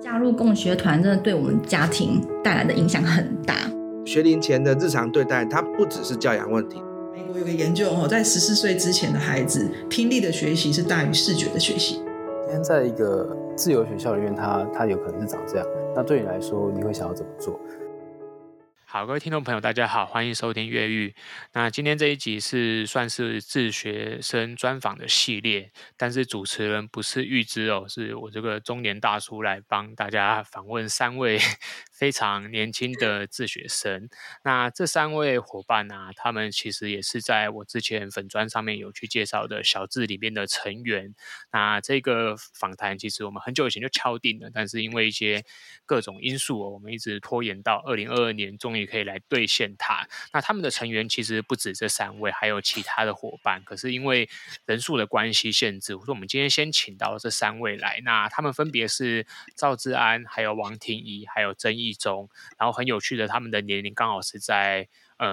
加入共学团真的对我们家庭带来的影响很大。 学龄前的日常对待，它不只是教养问题。 美国有个研究，在14岁之前的孩子，听力的学习是大于视觉的学习。 今天在一个自由学校里面，它有可能是长这样，那对你来说，你会想要怎么做？ 好，各位听众朋友，大家好，欢迎收听越育。那今天这一集算是自学生专访的系列，但是主持人不是玉芝哦，是我这个中年大叔来帮大家访问3位非常年轻的自学生。那这3位伙伴啊，他们其实也是在我之前粉专上面有去介绍的小智里面的成员。那这个访谈其实我们很久以前就敲定了，但是因为一些各种因素我们一直拖延到2022年，终于可以来兑现它。那他们的成员其实不止这3位，还有其他的伙伴，可是因为人数的关系限制，我说我们今天先请到这3位来。那他们分别是赵志安，还有王庭怡，还有曾义忠。然后很有趣的，他们的年龄刚好是在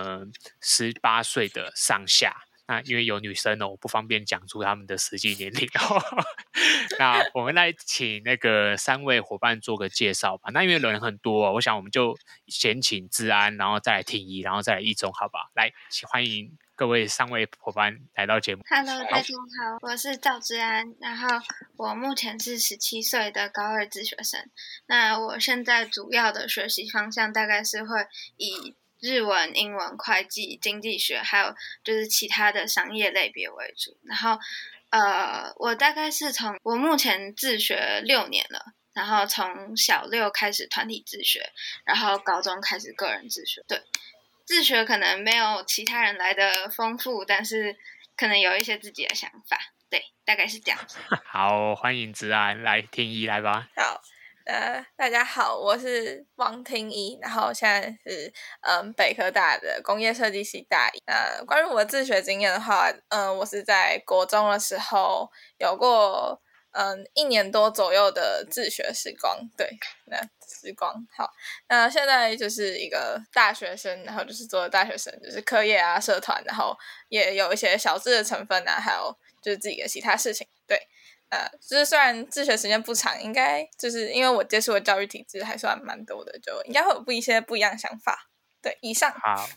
18岁的上下。那因为有女生我不方便讲出他们的实际年龄那我们来请那个3位伙伴做个介绍吧。那因为人很多我想我们就先请治安，然后再来听一，然后再来一中，好吧？来，欢迎各位3位伙伴来到节目。 Hello， 大家好，我是赵志安，然后我目前是17岁的高2自学生。那我现在主要的学习方向大概是会以日文、英文、会计、经济学，还有就是其他的商业类别为主。然后我大概是我目前自学6年了，然后从小6开始团体自学，然后高中开始个人自学。对，自学可能没有其他人来的丰富，但是可能有一些自己的想法。对，大概是这样子。 好，欢迎治安，来听一来吧。 好，大家好，我是王庭怡，然后现在是北科大的工业设计系大一。关于我的自学经验的话，我是在国中的时候有过1年多左右的自学时光。对，那时光好。那现在就是一个大学生，然后就是做大学生，就是课业啊、社团，然后也有一些小智的成分啊，还有就是自己的其他事情。对。就是虽然自学时间不长，应该就是因为我接触的教育体制还算蛮多的，就应该会有一些不一样的想法。对，以上。 好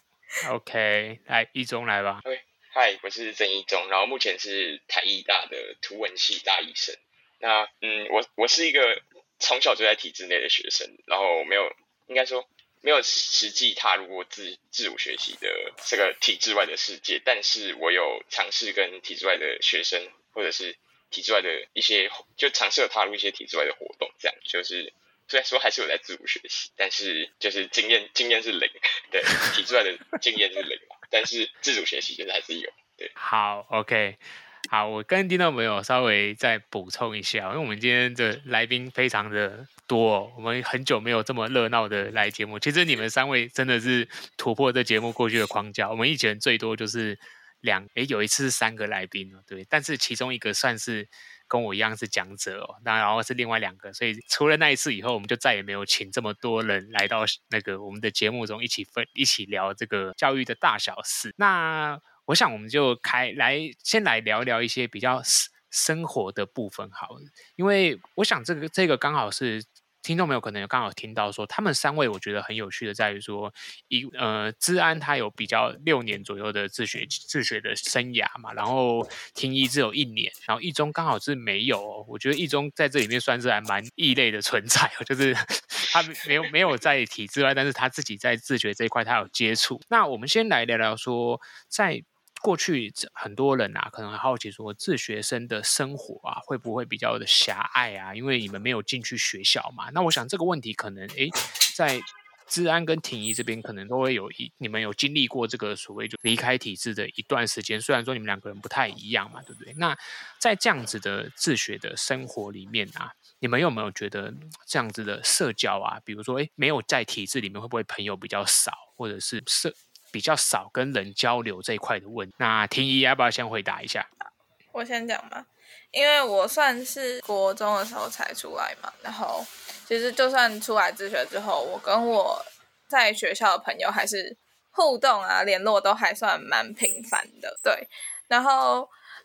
，OK， 来一中来吧。 嗨，我是曾一中，然后目前是台艺大的图文系大一生。那我是一个从小就在体制内的学生，然后应该说没有实际踏入过自主学习的这个体制外的世界，但是我有尝试跟体制外的学生或者是体制外的一些，就尝试有踏入一些体制外的活动，这样就是虽然说还是有在自主学习，但是就是经验是零，对，体制外的经验是零，但是自主学习就是还是有。对， 好 ，OK， 好，我跟听众朋友稍微再补充一下，因为我们今天的来宾非常的多我们很久没有这么热闹的来节目。其实你们3位真的是突破这节目过去的框架，我们以前最多就是有一次是3个来宾对，但是其中一个算是跟我一样是讲者然后是另外2个，所以除了那一次以后，我们就再也没有请这么多人来到那个我们的节目中一起聊这个教育的大小事。那我想我们就先来聊聊一些比较生活的部分好了，因为我想这个刚好是听众朋友可能刚好听到说，他们3位我觉得很有趣的在于说，资安他有比较6年左右的自学的生涯嘛，然后听一只有1年，然后一中刚好是没有我觉得一中在这里面算是还蛮异类的存在就是他没有在体制外，但是他自己在自学这一块他有接触。那我们先来聊聊说，在过去很多人可能好奇说自学生的生活会不会比较的狭隘因为你们没有进去学校嘛。那我想这个问题可能在资安跟庭怡这边可能都会你们有经历过这个所谓就离开体制的一段时间，虽然说你们2个人不太一样嘛，对不对？那在这样子的自学的生活里面你们有没有觉得这样子的社交比如说没有在体制里面会不会朋友比较少，或者是比较少跟人交流这一块的问题？那庭怡要不要先回答一下？ 我先讲吧，因为我算是国中的时候才出来嘛，然后其实就算出来自学之后，我跟我在学校的朋友还是互动联络都还算蛮频繁的。对，然后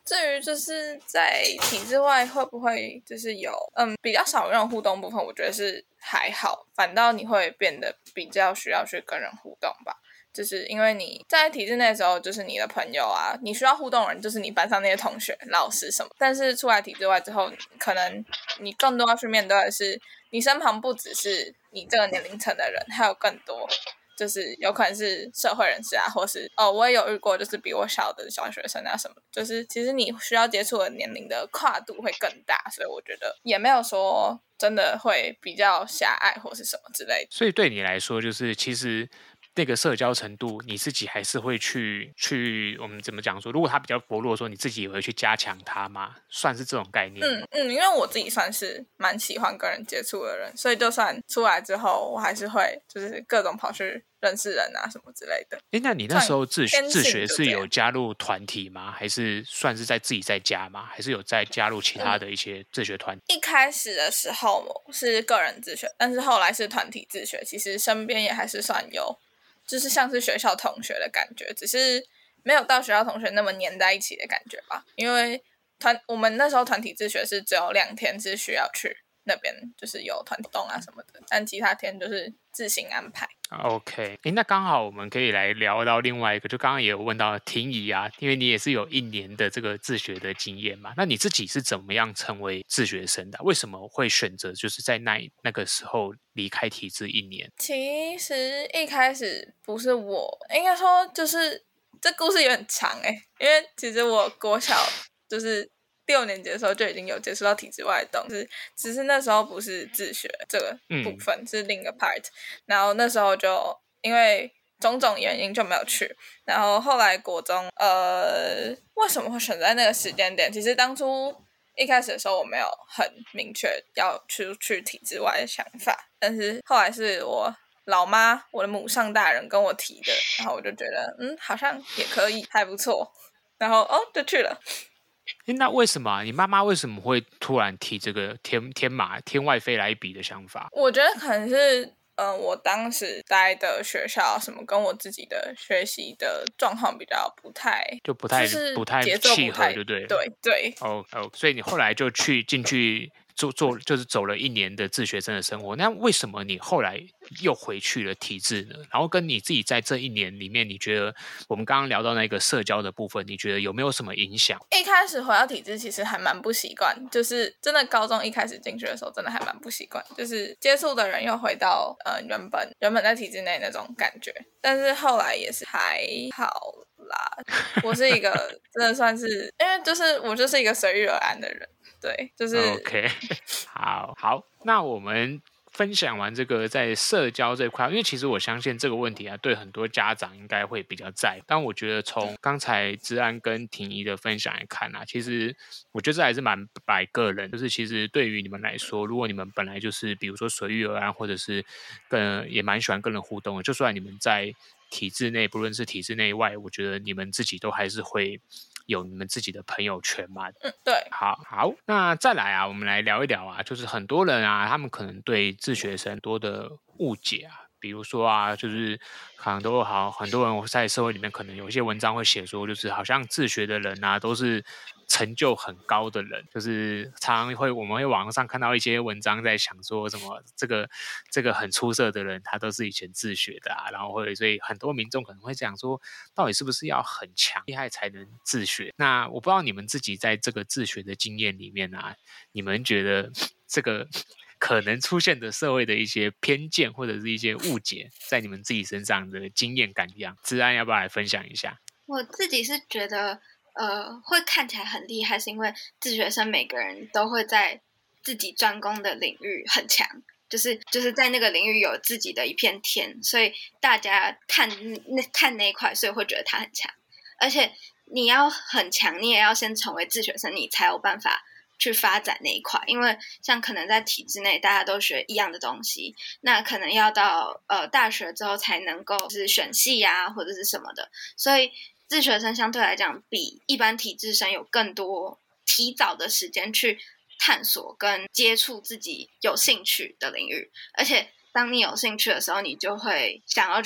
至于就是在体制外会不会就是有比较少人互动部分，我觉得是还好，反倒你会变得比较需要去跟人互动吧。就是因为你在体制内的时候，就是你的朋友啊，你需要互动的人就是你班上那些同学、老师什么。但是出来体制外之后，可能你更多要去面对的是，你身旁不只是你这个年龄层的人，还有更多，就是有可能是社会人士啊，或是我也有遇过，就是比我小的小学生啊什么，就是其实你需要接触的年龄的跨度会更大，所以我觉得也没有说真的会比较狭隘或是什么之类的。 所以对你来说，就是其实那个社交程度，你自己还是会去我们怎么讲说，如果他比较薄弱，说你自己也会去加强他吗？算是这种概念。 因为我自己算是蛮喜欢跟人接触的人，所以就算出来之后，我还是会就是各种跑去认识人啊什么之类的。 那你那时候自学是有加入团体吗？还是算是自己在家吗？还是有在加入其他的一些自学团体？ 一开始的时候是个人自学，但是后来是团体自学，其实身边也还是算有，就是像是学校同学的感觉，只是没有到学校同学那么黏在一起的感觉吧。因为我们那时候团体自学是只有2天是需要去那边，就是有团体活动啊什么的，但其他天就是自行安排。 OK， 那刚好我们可以来聊到另外一个，就刚刚也有问到婷宜啊，因为你也是有1年的这个自学的经验嘛，那你自己是怎么样成为自学生的？为什么会选择就是在那个时候离开体制1年？ 其实一开始不是我，应该说就是这故事有点长因为其实我国小就是6年级的时候就已经有接触到体制外的东西，只是那时候不是自学这个部分，是另一个 part。然后那时候就因为种种原因就没有去。然后后来国中，为什么会选在那个时间点？其实当初一开始的时候我没有很明确要去体制外的想法，但是后来是我老妈，我的母上大人跟我提的，然后我就觉得好像也可以，还不错，然后就去了。 那为什么你妈妈为什么会突然提这个天外飞来一笔的想法？ 我觉得可能是我当时待的学校什么跟我自己的学习的状况比较不太契合，对不对？ 对。 所以你后来就进去就是走了1年的自学生的生活。那为什么你后来又回去了体制呢？然后跟你自己在这1年里面，你觉得我们刚刚聊到那个社交的部分，你觉得有没有什么影响？ 一开始回到体制其实还蛮不习惯，就是真的高中一开始进去的时候真的还蛮不习惯，就是接触的人又回到原本在体制内那种感觉，但是后来也是还好啦。我是一个真的算是，因为就是我就是一个随遇而安的人，对，就是 OK 好，那我们分享完这个在社交这块，因为其实我相信这个问题啊，对很多家长应该会比较在意。但我觉得从刚才芝安跟婷宜的分享来看啊，其实我觉得这还是蛮摆个人，就是其实对于你们来说，如果你们本来就是比如说随遇而安，或者是也蛮喜欢跟人互动的，就算你们在体制内，不论是体制内外，我觉得你们自己都还是会有你们自己的朋友圈嘛。 对。 好，那再来啊，我们来聊一聊啊，就是很多人啊，他们可能对自学生多的误解啊，比如说啊，就是可能很多人在社会里面可能有一些文章会写说，就是好像自学的人啊，都是成就很高的人，就是常常我们会网上看到一些文章在想说什么这个很出色的人，他都是以前自学的啊，然后所以很多民众可能会讲说，到底是不是要很强厉害才能自学？那我不知道你们自己在这个自学的经验里面啊，你们觉得这个可能出现的社会的一些偏见或者是一些误解，在你们自己身上的经验感一样，芝安要不要来分享一下？ 我自己是觉得会看起来很厉害，是因为自学生每个人都会在自己专攻的领域很强，就是在那个领域有自己的一片天，所以大家看那一块，所以会觉得他很强。而且你要很强，你也要先成为自学生，你才有办法去发展那一块。因为像可能在体制内大家都学一样的东西，那可能要到大学之后才能够就是选系啊或者是什么的，所以自学生相对来讲比一般体制生有更多提早的时间去探索跟接触自己有兴趣的领域。而且当你有兴趣的时候，你就会想要去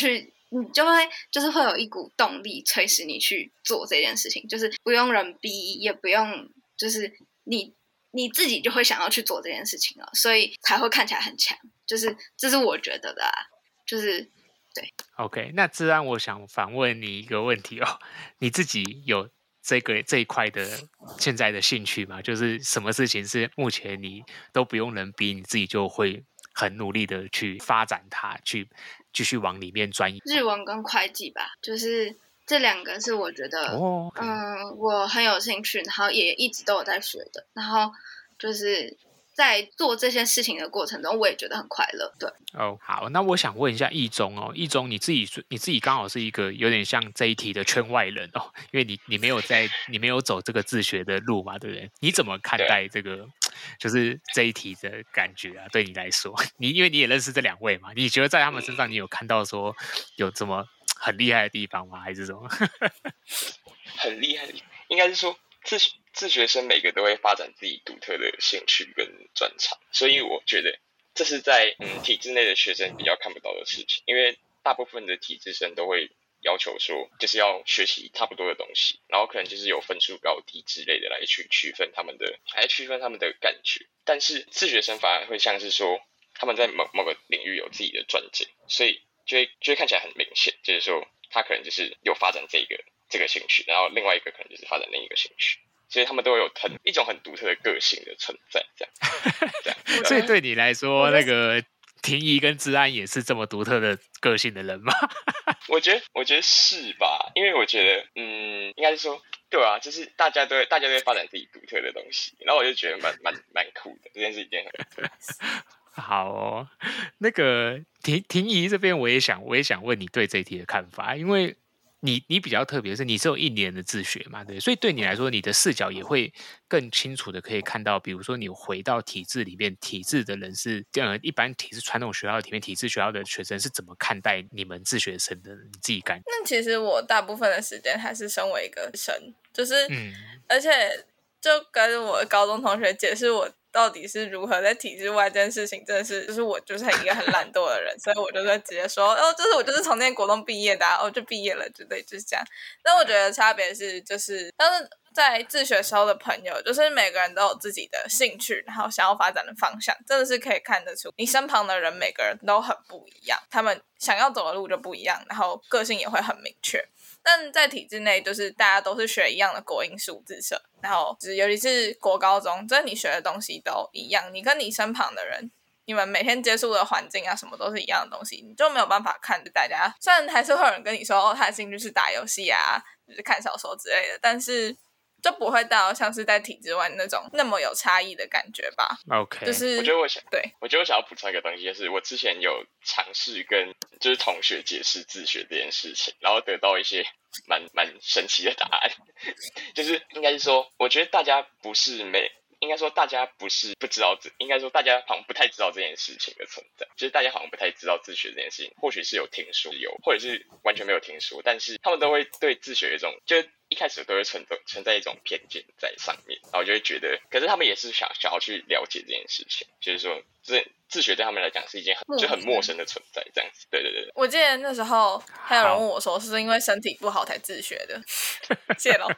你就是会有一股动力催使你去做这件事情，就是不用人逼，也不用就是你自己就会想要去做这件事情了，所以才会看起来很强，就是这是我觉得的啊，就是对。 OK， 那自然我想反问你一个问题哦，你自己有这一块的现在的兴趣吗？就是什么事情是目前你都不用人逼，你自己就会很努力的去发展它，去继续往里面钻研？ 日文跟会计吧，就是这两个是我觉得，我很有兴趣，然后也一直都有在学的，然后就是在做这些事情的过程中，我也觉得很快乐。对， 好，那我想问一下易中哦，易中你自己刚好是一个有点像这一题的圈外人哦，因为你没有走这个自学的路嘛，对不对？你怎么看待这个就是这一题的感觉啊？对你来说，因为你也认识这两位嘛，你觉得在他们身上你有看到说有什么很厉害的地方吗？还是什么？ 很厉害的地方，应该是说自学生每个都会发展自己独特的兴趣跟专长，所以我觉得这是在体制内的学生比较看不到的事情，因为大部分的体制生都会要求说就是要学习差不多的东西，然后可能就是有分数高低之类的来去区分他们的感觉，但是自学生反而会像是说他们在某个领域有自己的专精，所以就会看起来很明显，就是说他可能就是有发展这个兴趣，然后另外一个可能就是发展另一个兴趣，所以他们都有一种很独特的个性的存在，这样。 所以对你来说，那个庭怡跟治安也是这么独特的个性的人吗？ 我觉得是吧，因为我觉得应该是说对啊，就是大家都会发展自己独特的东西，然后我就觉得蛮酷的，这件事一件很好哦，那个庭怡这边我也想问你对这一题的看法，因为你比较特别的是你只有1年的自学嘛，对，所以对你来说，你的视角也会更清楚的可以看到，比如说你回到体制里面，体制的人是一般体制传统学校里面体制学校的学生是怎么看待你们自学生的？你自己感觉？ 那其实我大部分的时间还是身为一个生，就是而且就跟我的高中同学解释我到底是如何在体制外这件事情，真的是就是我就是一个很懒惰的人，所以我就会直接说就是我就是从那国中毕业的就毕业了之类，就是这样。但我觉得差别是就是但是在自学时候的朋友，就是每个人都有自己的兴趣，然后想要发展的方向，真的是可以看得出你身旁的人每个人都很不一样，他们想要走的路就不一样，然后个性也会很明确。但在体制内，就是大家都是学一样的国英数自社，然后尤其是国高中，就是你学的东西都一样，你跟你身旁的人，你们每天接触的环境啊，什么都是一样的东西，你就没有办法看着大家。虽然还是会有人跟你说他的兴趣是打游戏啊，就是看小说之类的，但是就不会到像是在体制外那种那么有差异的感觉吧。 OK， 就是我觉得我想要补充一个东西，就是我之前有尝试跟就是同学解释自学这件事情，然后得到一些蛮神奇的答案。就是应该是说，我觉得大家不是应该说大家不是不知道应该说大家好像不太知道这件事情的存在，就是大家好像不太知道自学这件事情，或许是有听说或者是完全没有听说，但是他们都会对自学有一种就一开始都会存在一种偏见在上面，然后就会觉得，可是他们也是想要去了解这件事情，就是说自学对他们来讲是一件很陌生的存在，这样子。对。 我记得那时候还有人问我说，是不是因为身体不好才自学的？谢咯。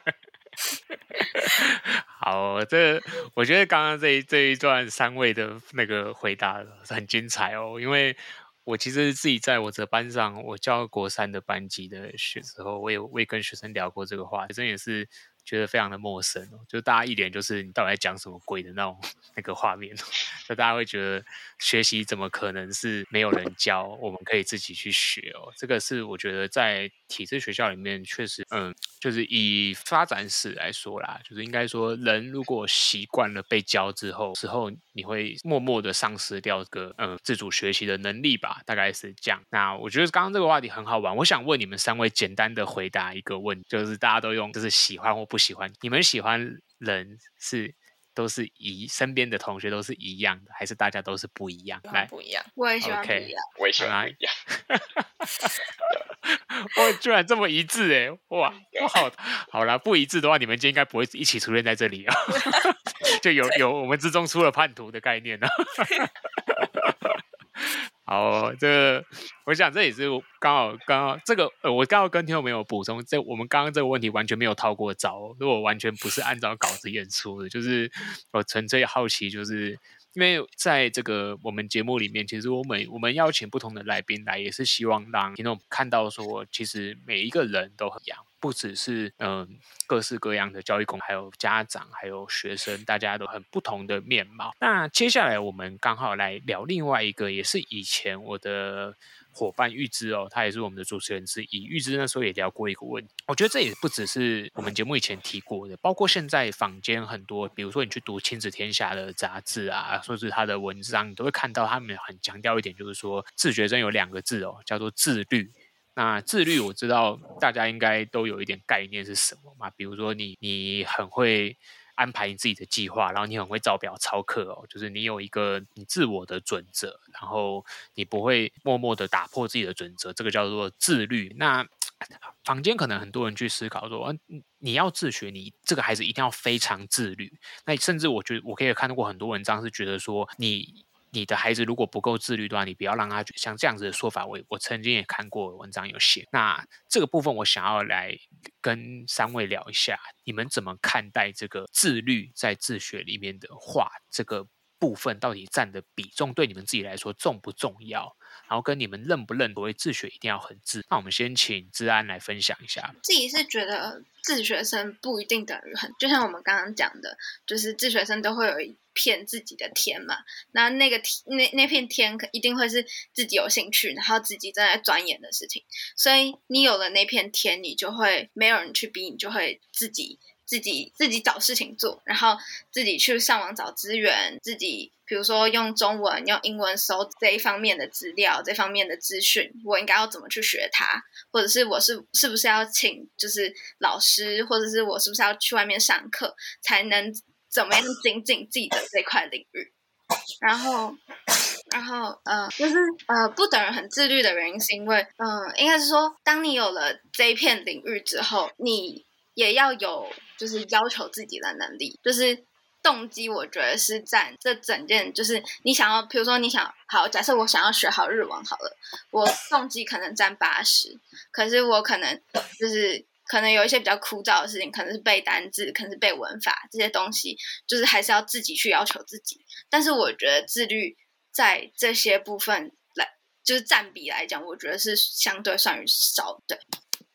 好，我觉得刚刚这一段3位的那个回答很精彩哦，因为我其实自己在我这班上，我教国3的班级的时候，我也跟学生聊过这个话，学生也是觉得非常的陌生哦，就大家一脸就是你到底在讲什么鬼的那个画面，就大家会觉得学习怎么可能是没有人教，我们可以自己去学哦。这个是我觉得在体制学校里面确实，就是以发展史来说啦，就是应该说人如果习惯了被教之后你会默默的丧失掉这个自主学习的能力吧，大概是这样。那我觉得刚刚这个话题很好玩，我想问你们3位简单的回答一个问题，就是大家都用就是喜欢或不喜欢，你们喜欢人都是身边的同学都是一样的，还是大家都是不一样？来， 不一样， 我也喜欢不一样， 我也喜欢不一样。 哇，居然这么一致哎！哇，好啦，不一致的话，你们今天应该不会一起出现在这里啊，就有我们之中出了叛徒的概念啊。 好，这个我想这也是刚好这个我刚好跟听众朋友补充，我们刚刚这个问题完全没有套过招，如果完全不是按照稿子演出的，就是我纯粹好奇，就是因为在这个我们节目里面，其实我们邀请不同的来宾来，也是希望让听众看到说，其实每一个人都很一样，不只是各式各样的教育工，还有家长，还有学生，大家都很不同的面貌。那接下来我们刚好来聊另外一个，也是以前我的伙伴玉芝哦，他也是我们的主持人之一。玉芝那时候也聊过一个问题，我觉得这也不只是我们节目以前提过的，包括现在坊间很多，比如说你去读亲子天下的杂志啊，或是他的文章，你都会看到他们很强调一点，就是说自学生有2个字哦，叫做自律。那自律我知道大家应该都有一点概念是什么嘛，比如说你很会安排你自己的计划，然后你很会照表操课哦，就是你有一个你自我的准则，然后你不会默默的打破自己的准则，这个叫做自律。那坊间可能很多人去思考说，你要自学，你这个孩子一定要非常自律。那甚至我觉得我可以看过很多文章是觉得说，你的孩子如果不够自律的话，你不要让他像这样子的说法，我曾经也看过文章有写。那这个部分我想要来跟3位聊一下，你们怎么看待这个自律在自学里面的话，这个部分到底占的比重对你们自己来说重不重要？然后跟你们认不认所谓自学一定要很自？那我们先请知安来分享一下。 自己是觉得自学生不一定等于很，就像我们刚刚讲的，就是自学生都会有一片自己的天嘛，那片天一定会是自己有兴趣，然后自己正在钻研的事情，所以你有了那片天，你就会没有人去逼你，就会自己找事情做，然后自己去上网找资源，自己比如说用中文用英文搜这一方面的资料，这方面的资讯，我应该要怎么去学它，或者是我是不是要请就是老师，或者是我是不是要去外面上课，才能怎么样精进自己的这块领域。然后就是不等于很自律的原因是因为应该是说当你有了这一片领域之后，你也要有就是要求自己的能力，就是动机我觉得是占这整件，就是你想要比如说你想好，假设我想要学好日文好了，我动机可能占80%，可是我可能有一些比较枯燥的事情，可能是背单字，可能是背文法，这些东西就是还是要自己去要求自己。但是我觉得自律在这些部分来就是占比来讲，我觉得是相对算于少的。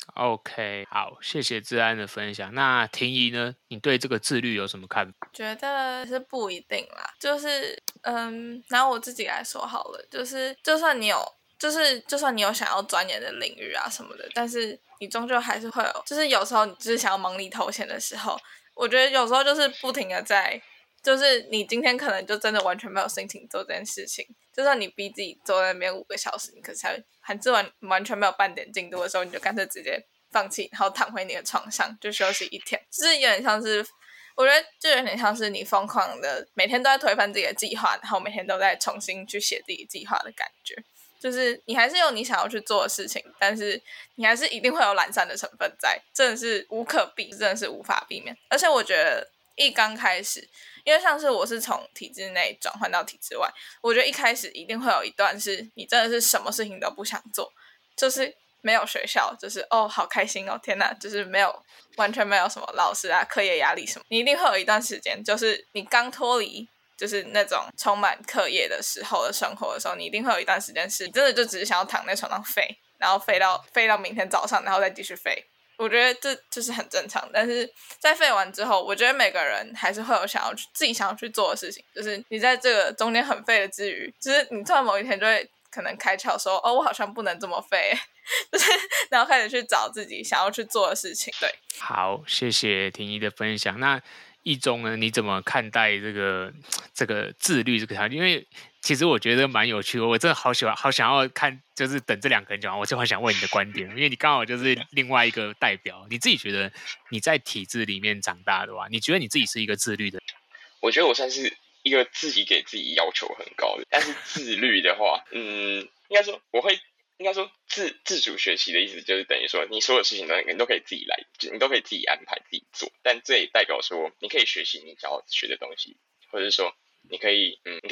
OK， 好，谢谢知安的分享。那婷宜呢？你对这个自律有什么看法？ 觉得是不一定啦，就是拿我自己来说好了，就是就算你有想要钻研的领域啊什么的，但是你终究还是会有，就是有时候你就是想要忙里偷闲的时候，我觉得有时候就是不停的在，就是你今天可能就真的完全没有心情做这件事情，就算你逼自己坐在那边5个小时，你可是还是完全没有半点进度的时候，你就干脆直接放弃，然后躺回你的床上就休息一天，就是有点像是，我觉得就有点像是你疯狂的每天都在推翻自己的计划，然后每天都在重新去写自己计划的感觉。就是你还是有你想要去做的事情，但是你还是一定会有懒散的成分在，真的是无可避，真的是无法避免。而且我觉得一刚开始，因为像是我是从体制内转换到体制外，我觉得一开始一定会有一段是你真的是什么事情都不想做，就是没有学校，就是好开心哦，天哪，就是完全没有什么老师啊课业压力什么，你一定会有一段时间，就是你刚脱离就是那种充满课业的时候的生活的时候，你一定会有一段时间是你真的就只是想要躺在床上废，然后废到明天早上，然后再继续废。我觉得这就是很正常，但是在废完之后，我觉得每个人还是会有自己想要去做的事情，就是你在这个中间很废的之余，就是你突然某一天就会可能开窍说我好像不能这么废就是然后开始去找自己想要去做的事情。对，好， 谢谢婷宜的分享。那一中呢，你怎么看待这个自律这个条件？因为其实我觉得蛮有趣的，我真的好想要看，就是等这2个人讲完，我就很想问你的观点，因为你刚好就是另外一个代表。你自己觉得你在体制里面长大的话，你觉得你自己是一个自律的人？ 我觉得我算是一个自己给自己要求很高的，但是自律的话，应该说自主学习的意思就是等于说你所有事情你都可以自己来，你都可以自己安排自己做，但这也代表说你可以学习你想要学的东西，或者是说你可以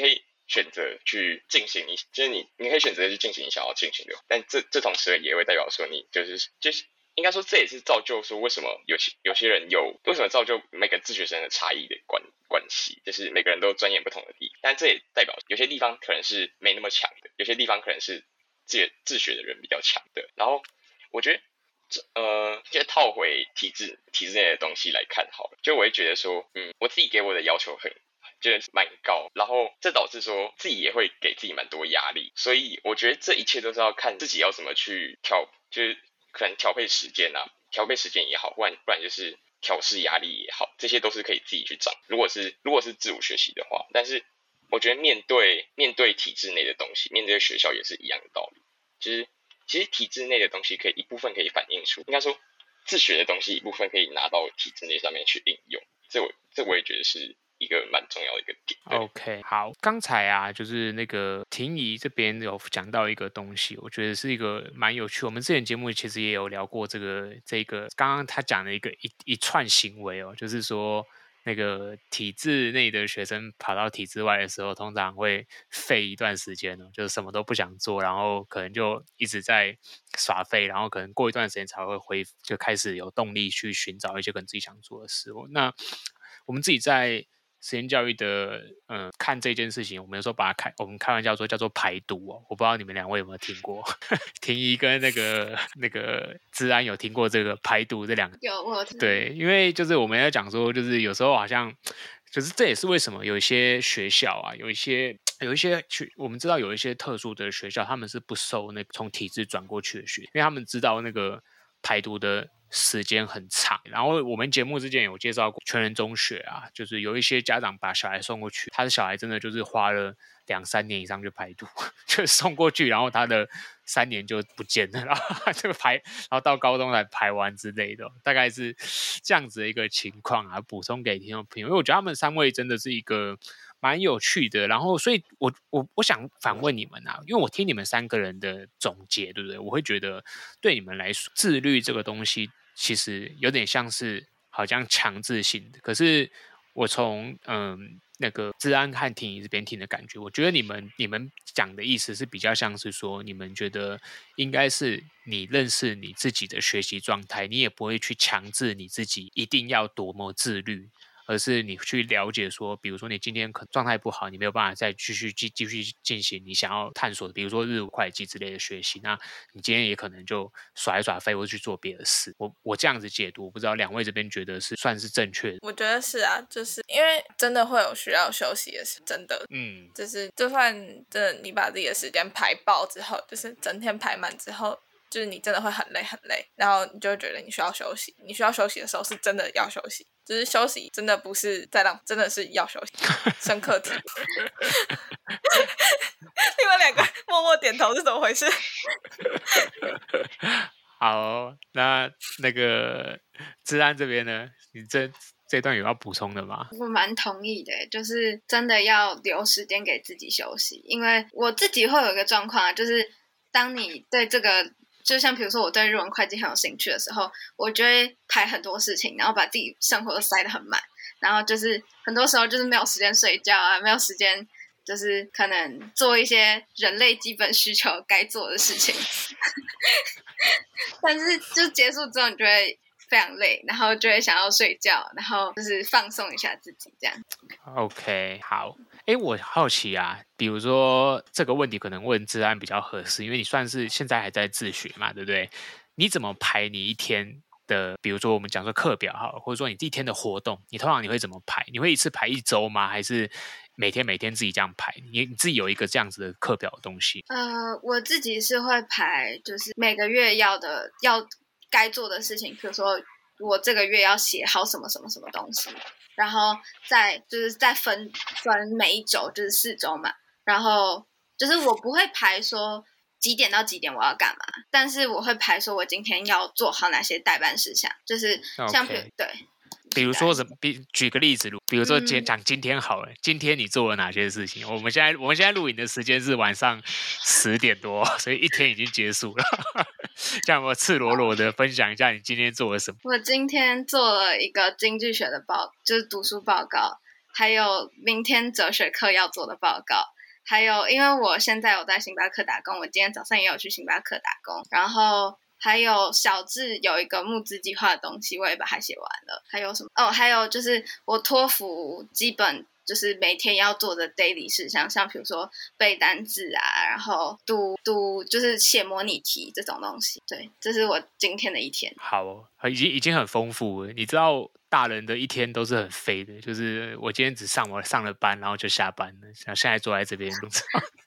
选择去进行就是你可以选择去进行你想要进行的，但这同时也会代表说你就是应该说这也是造就说为什么有些人为什么造就每个自学生的差异的关系，就是每个人都专业不同的地方，但这也代表有些地方可能是没那么强的，有些地方可能是自学的人比较强的。然后我觉得就套回体制内的东西来看好了，就我会觉得说我自己给我的要求就是蛮高，然后这导致说自己也会给自己蛮多压力，所以我觉得这一切都是要看自己要怎么去就是可能调配时间也好，不然就是调试压力也好，这些都是可以自己去掌握。如果是自我学习的话，但是我觉得面对体制内的东西，面对学校也是一样的道理。就是其实体制内的东西一部分可以反映出，应该说自学的东西一部分可以拿到体制内上面去应用，这我也觉得是一个蛮重要的一个点。 OK， 好，刚才啊，就是那个婷宜这边有讲到一个东西，我觉得是一个蛮有趣。我们之前节目其实也有聊过这个，刚刚他讲的一串行为哦，就是说那个体制内的学生跑到体制外的时候，通常会废一段时间哦，就是什么都不想做，然后可能就一直在耍废，然后可能过一段时间才会就开始有动力去寻找一些跟自己想做的事哦。那我们自己在实验教育的看这件事情，我们有时候我们开玩笑说叫做排毒哦。我不知道你们两位有没有听过，婷宜跟那个资安有听过这个排毒这两个？ 有，我有听。 对，因为就是我们要讲说，就是有时候好像就是这也是为什么有一些学校啊，有一些我们知道有一些特殊的学校，他们是不收那个从体制转过去的学，因为他们知道那个排毒的时间很长。然后我们节目之前有介绍过全人中学啊，就是有一些家长把小孩送过去，他的小孩真的就是花了2-3年以上就排毒，就送过去，然后他的3年就不见了，然后他就然后到高中才排完之类的，大概是这样子的一个情况啊。补充给听众朋友，因为我觉得他们3位真的是一个蛮有趣的，然后所以我想反问你们啊，因为我听你们3个人的总结，对不对？我会觉得对你们来说，自律这个东西其实有点像是好像强制性的，可是我从那个资安和婷宜这边听的感觉，我觉得你们讲的意思是比较像是说，你们觉得应该是你认识你自己的学习状态，你也不会去强制你自己一定要多么自律，而是你去了解说，比如说你今天可能状态不好，你没有办法再继续进行你想要探索的，比如说日文会计之类的学习，那你今天也可能就耍一耍废或去做别的事。我这样子解读，我不知道两位这边觉得算是正确的。 我觉得是啊，就是因为真的会有需要休息的事，真的，就是就算真的你把自己的时间排爆之后，就是整天排满之后，就是你真的会很累，然后你就会觉得你需要休息。你需要休息的时候是真的要休息，就是休息真的不是在真的是要休息。深刻体你们两个默默点头是怎么回事？ 好，那个资安这边呢，你这段有要补充的吗？ 我蛮同意的，就是真的要留时间给自己休息，因为我自己会有一个状况，就是当你对这个，就像比如说我对日文会计很有兴趣的时候，我就会排很多事情，然后把自己生活都塞得很满，然后就是很多时候就是没有时间睡觉啊，没有时间就是可能做一些人类基本需求该做的事情但是就结束之后你就会非常累，然后就会想要睡觉，然后就是放松一下自己这样。 OK， 好。我好奇啊，比如说这个问题可能问资安比较合适，因为你算是现在还在自学嘛，对不对？你怎么排你一天的，比如说我们讲说课表好了，或者说你一天的活动，你通常你会怎么排？你会一次排1周吗？还是每天自己这样排？你自己有一个这样子的课表的东西？ 我自己是会排，就是每个月要该做的事情，比如说我这个月要写好什么什么什么东西，然后再分每一周，就是4周嘛，然后就是我不会排说几点到几点我要干嘛，但是我会排说我今天要做好哪些代办事项，就是像比如说举个例子，比如说讲今天好了，今天你做了哪些事情？我们现在录影的时间是晚上10点多，所以一天已经结束了。这样我赤裸裸的分享一下你今天做了什么？ 我今天做了一个经济学的就是读书报告，还有明天哲学课要做的报告， 还有因为我现在有在星巴克打工，我今天早上也有去星巴克打工，然后还有小智有一个募资计划的东西，我也把它写完了。还有什么？哦，还有就是我托福基本就是每天要做的 daily 事项，像比如说背单字啊，然后读就是写模拟题这种东西。对，这是我今天的一天。 好哦，已经很丰富了。你知道大人的一天都是很飞的，就是我今天只上了班，然后就下班了，像现在坐在这边录。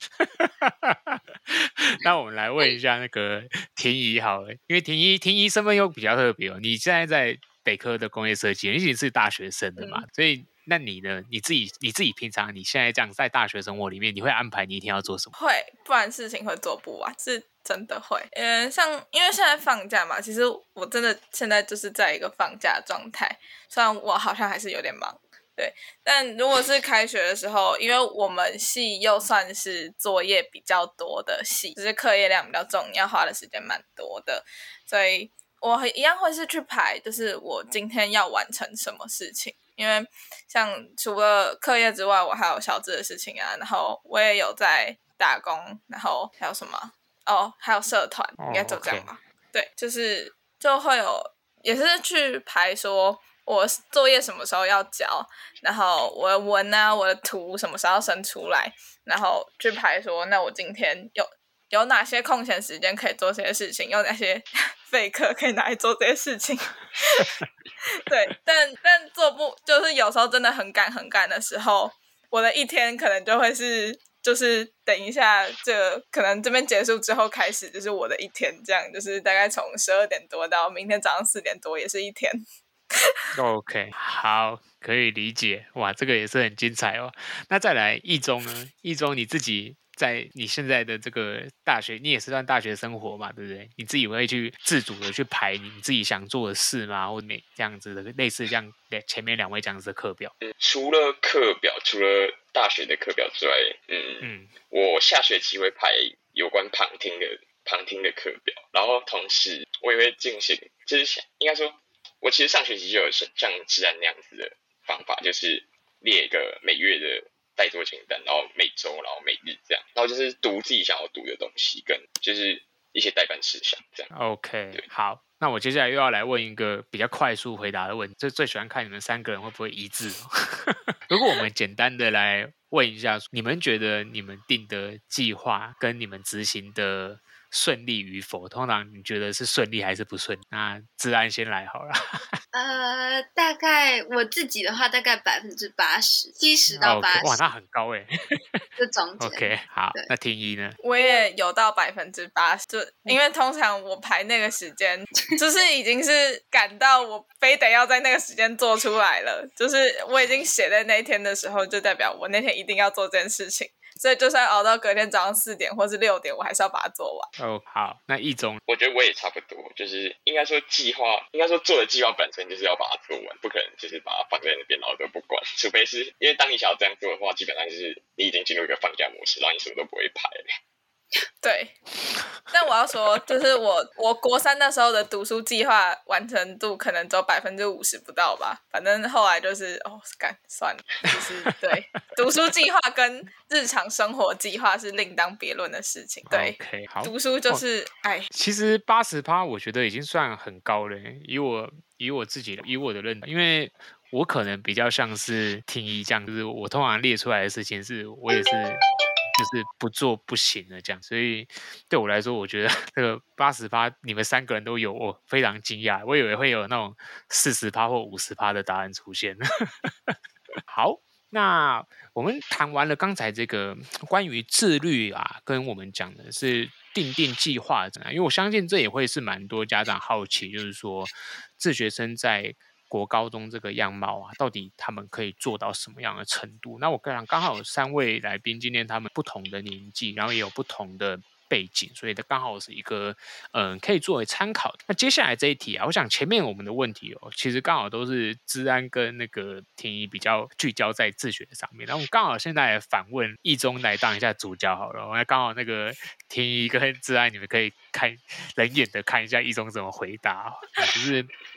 那我们来问一下那个婷宜好了，因为婷宜身份又比较特别哦。你现在在北科的工业设计，你已经是大学生的嘛，所以那你呢？你自己平常你现在这样在大学生活里面，你会安排你一天要做什么？ 会，不然事情会做不完，是真的会。因为现在放假嘛，其实我真的现在就是在一个放假状态，虽然我好像还是有点忙。对，但如果是开学的时候，因为我们系又算是作业比较多的系，就是课业量比较重，你要花的时间蛮多的，所以我一样会是去排，就是我今天要完成什么事情。因为像除了课业之外，我还有小智的事情啊，然后我也有在打工，然后还有什么还有社团，应该就这样吧。对，就会有也是去排说我作业什么时候要交，然后我的文啊我的图什么时候要生出来，然后去排说那我今天有哪些空闲时间可以做这些事情，有哪些废课可以拿来做这些事情。对，但做不就是有时候真的很赶的时候，我的一天可能就会是就是等一下可能这边结束之后开始就是我的一天，这样就是大概从12点多到明天早上4点多也是一天。 OK， 好，可以理解。哇，这个也是很精彩哦。那再来一中呢？一中你自己在你现在的这个大学，你也是算大学生活嘛，对不对？你自己会去自主的去排你自己想做的事吗？或者这样子的类似这样前面2位这样子的课表？ 除了课表，除了大学的课表之外，我下学期会排有关旁听的课表，然后同时我也会进行，就是应该说。我其实上学期就有像治安那样子的方法，就是列一个每月的待做清单，然后每周，然后每日这样，然后就是读自己想要读的东西，跟就是一些待办事项这样。 OK， 好，那我接下来又要来问一个比较快速回答的问题，就最喜欢看你们3个人会不会一致。如果我们简单的来问一下，你们觉得你们定的计划跟你们执行的顺利与否，通常你觉得是顺利还是不顺利？那治安先来好了。 大概我自己的话，大概80%，70%到80%。 哇，那很高哎。 这中间。 OK， 好，那婷宜呢？ 我也有到80%，就因为通常我排那个时间，就是已经是赶到我非得要在那个时间做出来了，就是我已经写在那一天的时候，就代表我那天一定要做这件事情。所以就算熬到隔天早上4点或是6点，我还是要把它做完。 好，那一中， 我觉得我也差不多，就是应该说做的计划本身就是要把它做完，不可能就是把它放在那边然后都不管，除非是因为当你想要这样做的话，基本上就是你已经进入一个放假模式，然后你什么都不会排了。 对，但我要说，就是我国3那时候的读书计划完成度可能只有50%不到吧，反正后来就是算了，就是对读书计划跟日常生活计划是另当别论的事情。对 ，OK， 好， 读书就是其实80%我觉得已经算很高了，以我的认同，因为我可能比较像是听一这样，就是我通常列出来的事情是我也是。就是不做不行的这样，所以对我来说，我觉得这个80%你们3个人都有，我非常惊讶。我以为会有那种40%或50%的答案出现。好，那我们谈完了刚才这个关于自律啊，跟我们讲的是定计划，因为我相信这也会是蛮多家长好奇，就是说自学生在国高中这个样貌啊，到底他们可以做到什么样的程度？那我刚好有3位来宾，今天他们不同的年纪，然后也有不同的背景，所以它刚好是一个可以作为参考的。那接下来这一题啊，我想前面我们的问题其实刚好都是治安跟那个婷宜比较聚焦在自学上面，然后我刚好现在来反问一中来当一下主角好了。我刚好那个婷宜跟治安，你们可以冷眼的看一下一中怎么回答，就是。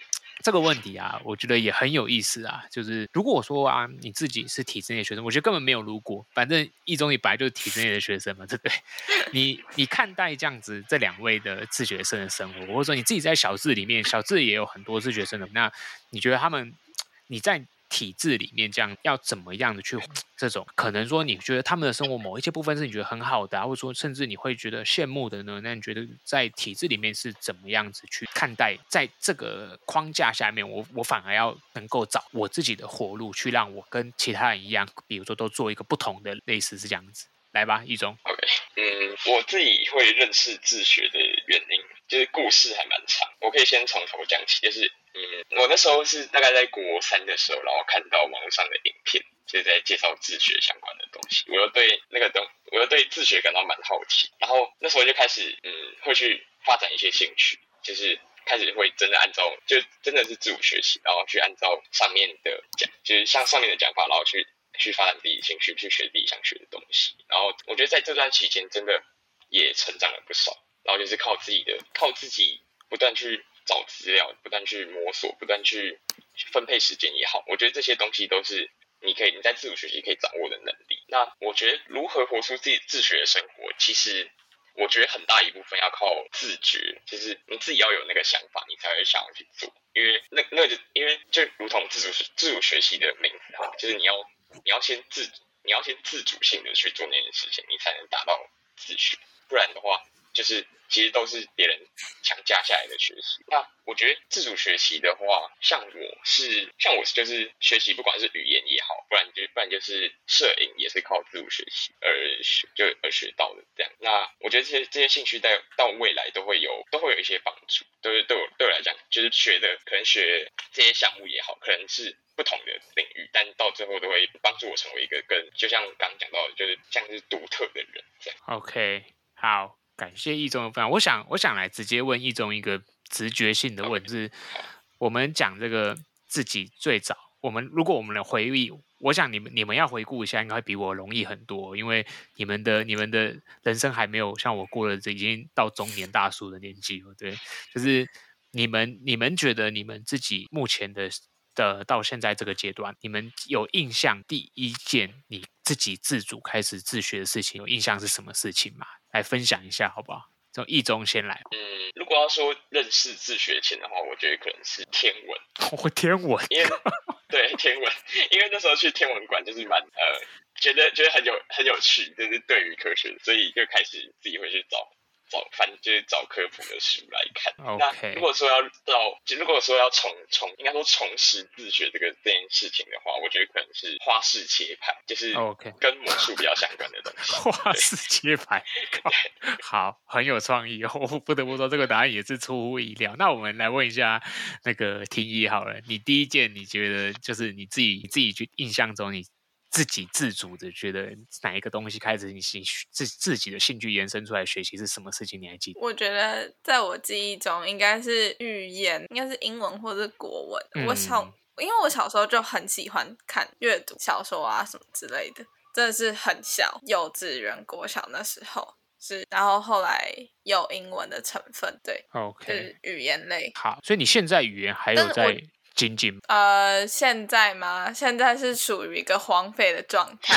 这个问题啊，我觉得也很有意思啊。就是如果说啊，你自己是体制内的学生，我觉得根本没有如果，反正一中你本来就是体制内的学生嘛，对不对？你看待这样子这2位的自学生的生活，或者说你自己在小智里面，小智也有很多自学生的，那你觉得你在体制里面这样要怎么样的去这种可能说你觉得他们的生活某一些部分是你觉得很好的啊，或者说甚至你会觉得羡慕的呢？那你觉得在体制里面是怎么样子去看待在这个框架下面我反而要能够找我自己的活路，去让我跟其他人一样，比如说都做一个不同的，类似是这样子。来吧，一中。 OK， 我自己会认识自学的原因，就是故事还蛮长，我可以先从头讲起。就是我那时候是大概在国3的时候，然后看到网络上的影片，就是在介绍自学相关的东西，我又对自学感到蛮好奇，然后那时候就开始会去发展一些兴趣，就是开始会真的按照，就真的是自主学习，然后去按照上面的讲，就是像上面的讲法，然后去发展自己的兴趣，去学自己想学的东西。然后我觉得在这段期间真的也成长了不少，然后就是靠自己不断去找资料，不断去摸索，不断去分配时间也好，我觉得这些东西都是你在自主学习可以掌握的能力。那我觉得如何活出自己自学的生活，其实我觉得很大一部分要靠自觉，就是你自己要有那个想法，你才会想要去做。因为因为就如同自主学习的名字哈，就是你要先自主性的去做那件事情，你才能达到自学。不然的话，就是其实都是别人强加下来的学习。那我觉得自主学习的话，像我就是学习，不管是语言也好，不然就是摄影也是靠自主学习而学到的这样。那我觉得这些兴趣到未来都会有一些帮助。对我来讲，就是可能学这些项目也好，可能是不同的领域，但到最后都会帮助我成为一个就像刚刚讲到的，就是像是独特的人这样。 OK， 好，感谢一中的分享。我想来直接问一中一个直觉性的问题，就是我们讲这个自己最早，如果我们的回忆，我想你们要回顾一下，应该会比我容易很多，因为你们的人生还没有像我过了已经到中年大叔的年纪了，对，就是你们觉得你们自己目前的到现在这个阶段，你们有印象第一件你自己自主开始自学的事情，有印象是什么事情吗？来分享一下好不好？从一中先来。 如果要说认識自学前的话，我觉得可能是天文。 天文， 因为对天文，因为那时候去天文馆就是蛮觉得很有趣，就是对于科学，所以就开始自己会去就是找科普的书来看。 Okay. 那如果说要应该说重拾自学这件事情的话，我觉得可能是花式切牌，就是跟魔术比较相关的东西。 花式切牌，好，很有创意哦！我不得不说，这个答案也是出乎意料。那我们来问一下那个听一好了，你第一件你觉得就是你自己印象中你自己自主的觉得哪一个东西开始你自己的兴趣延伸出来学习是什么事情？你还记得？ 我觉得在我记忆中应该是语言，应该是英文或者是国文。因为我小时候就很喜欢看阅读小说啊什么之类的，真的是很小，幼稚园国小那时候是，然后后来有英文的成分，对 ，OK， 就是语言类。 好，所以你现在语言还有在精进？ 现在吗？现在是属于一个荒废的状态。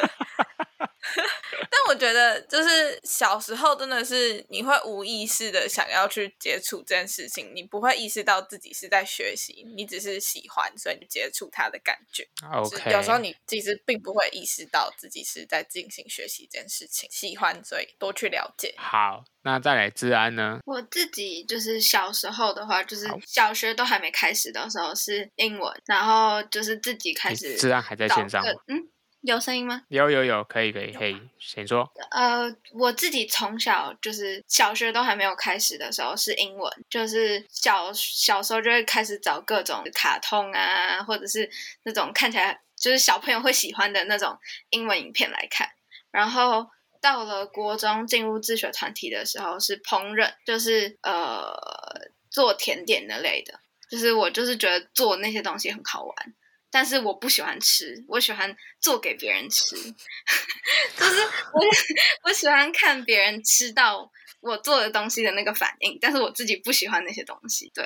但我觉得就是小时候真的是你会无意识的想要去接触这件事情，你不会意识到自己是在学习，你只是喜欢所以你接触它的感觉。 OK， 有时候你其实并不会意识到自己是在进行学习这件事情，喜欢所以多去了解。 好，那再来治安呢？ 我自己就是小时候的话，就是小学都还没开始的时候是英文，然后就是自己开始。 治安还在线上吗？ 有声音吗？ 有，可以，先说。 我自己从小就是小学都还没有开始的时候是英文，就是小时候就会开始找各种卡通啊，或者是那种看起来就是小朋友会喜欢的那种英文影片来看。然后到了国中进入自学团体的时候是烹饪，就是做甜点那类的，就是我就是觉得做那些东西很好玩。但是我不喜欢吃，我喜欢做给别人吃。就是我喜欢看别人吃到我做的东西的那个反应，但是我自己不喜欢那些东西。对，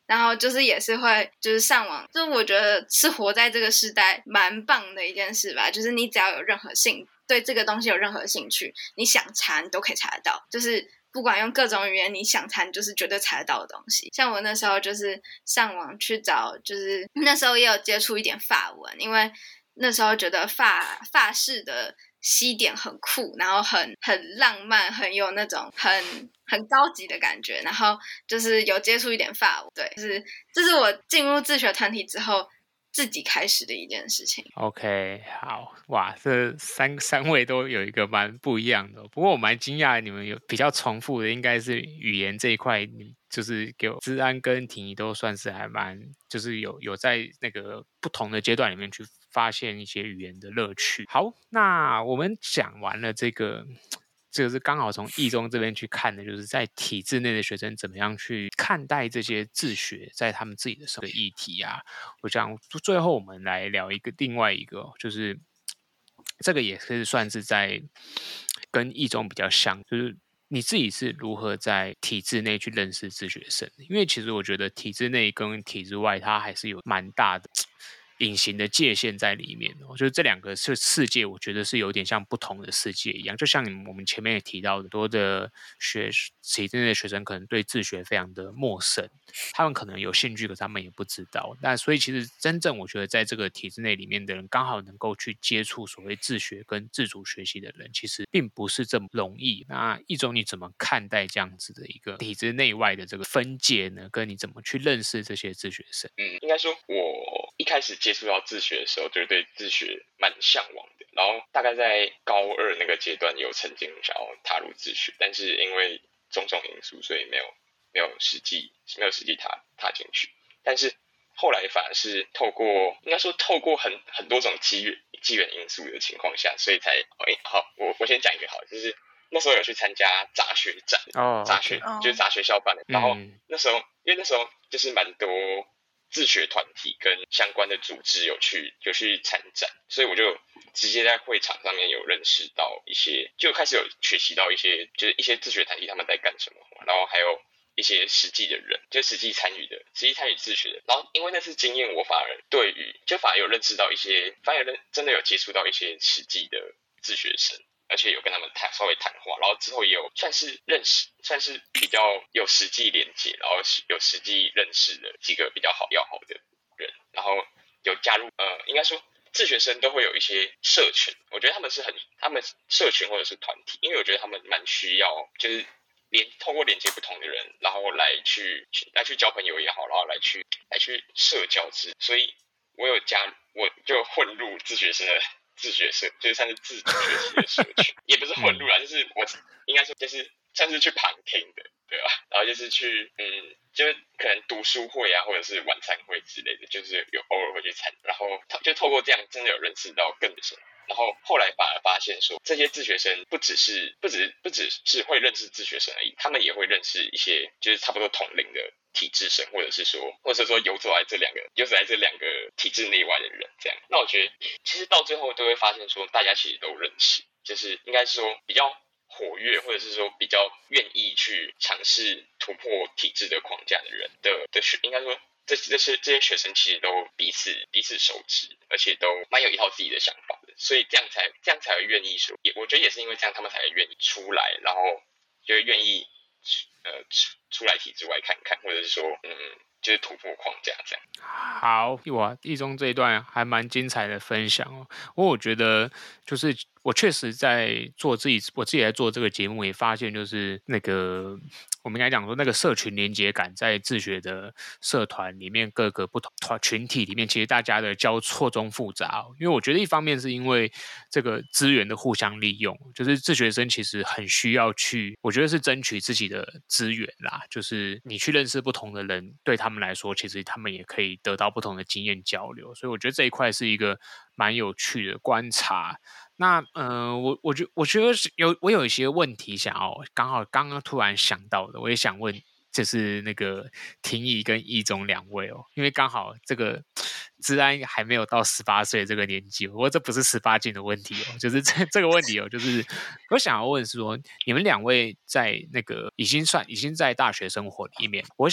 然后就是也是会就是上网，就我觉得是活在这个时代蛮棒的一件事吧，就是你只要有任何对这个东西有任何兴趣，你想查你都可以查得到，就是不管用各种语言，你想查你就是绝对查得到的东西。像我那时候就是上网去找，就是那时候也有接触一点法文，因为那时候觉得法式的西点很酷，然后很浪漫，很有那种很高级的感觉，然后就是有接触一点法文。对，就是这是我进入自学团体之后自己开始的一件事情。 OK， 好，哇，这三位都有一个蛮不一样的，不过我蛮惊讶你们有比较重复的，应该是语言这一块，就是给我资安跟婷宜都算是还蛮，就是有在那个不同的阶段里面去发现一些语言的乐趣。好，那我们讲完了这个是刚好从一中这边去看的，就是在体制内的学生怎么样去看待这些自学在他们自己的生活的议题啊。我想最后我们来聊另外一个，就是这个也是算是在跟一中比较像，就是你自己是如何在体制内去认识自学生的？因为其实我觉得体制内跟体制外它还是有蛮大的隐形的界限在里面。我觉得这两个世界，我觉得是有点像不同的世界一样。就像我们前面也提到的，很多的体制内的学生可能对自学非常的陌生，他们可能有兴趣，可是他们也不知道。那所以其实真正我觉得在这个体制内里面的人，刚好能够去接触所谓自学跟自主学习的人，其实并不是这么容易。那一中你怎么看待这样子的一个体制内外的这个分界呢？跟你怎么去认识这些自学生？ 应该说我一开始接触到自学的时候，就对自学蛮向往的。然后大概在高二那个阶段，有曾经想要踏入自学，但是因为种种因素，所以没有实际踏进去。但是后来反而是透过很多种机缘因素的情况下，所以才好，我先讲一个好，就是那时候有去参加杂学展，就是杂学校办的。然后那时候因为那时候就是蛮多自学团体跟相关的组织有去参展，所以我就直接在会场上面有认识到一些，就开始有学习到一些，就是一些自学团体他们在干什么，然后还有一些实际的人，就实际参与自学的。然后因为那次经验，我反而有认识到一些，真的有接触到一些实际的自学生，而且有跟他们稍微谈话，然后之后也有算是比较有实际连接，然后有实际认识的几个比较要好的人，然后有加入应该说自学生都会有一些社群，我觉得他们社群或者是团体，因为我觉得他们蛮需要就是透过连接不同的人，然后来去交朋友也好，然后来去社交所以我就混入自学生的自学社，就是算是自主学习的社群，也不是混入啦，就是我应该说就是算是去旁听的，对吧？然后就是去就是可能读书会啊，或者是晚餐会之类的，就是偶尔会去参，然后就透过这样真的有认识到更多。然后后来反而发现说，这些自学生不只是会认识自学生而已，他们也会认识一些就是差不多同龄的体制生，或者是说游走在这两个体制内外的人这样。那我觉得其实到最后都会发现说，大家其实都认识，就是应该是说比较活跃，或者是说比较愿意去尝试突破体制的框架的人的应该说这些学生其实都彼此熟知，而且都蛮有一套自己的想法的，所以这样才会愿意说，我觉得也是因为这样，他们才会愿意出来，然后就会愿意出来体制外看看，或者是说就是突破框架这样。 好，哇，一中这一段还蛮精彩的分享哦。我觉得就是我确实在我自己在做这个节目，也发现就是那个我们应该讲说那个社群连结感，在自学的社团里面，各个不同群体里面，其实大家的交错中复杂因为我觉得一方面是因为这个资源的互相利用，就是自学生其实很需要去，我觉得是争取自己的资源啦，就是你去认识不同的人，对他们来说，其实他们也可以得到不同的经验交流，所以我觉得这一块是一个蛮有趣的观察。那我觉得我有一些问题想要刚刚突然想到的，我也想问，就是那个婷宜跟一中两位哦，因为刚好这个资安还没有到18岁这个年纪，不过这不是18禁的问题哦，就是这个问题哦，就是我想要问说，你们两位在那个已经在大学生活里面，我想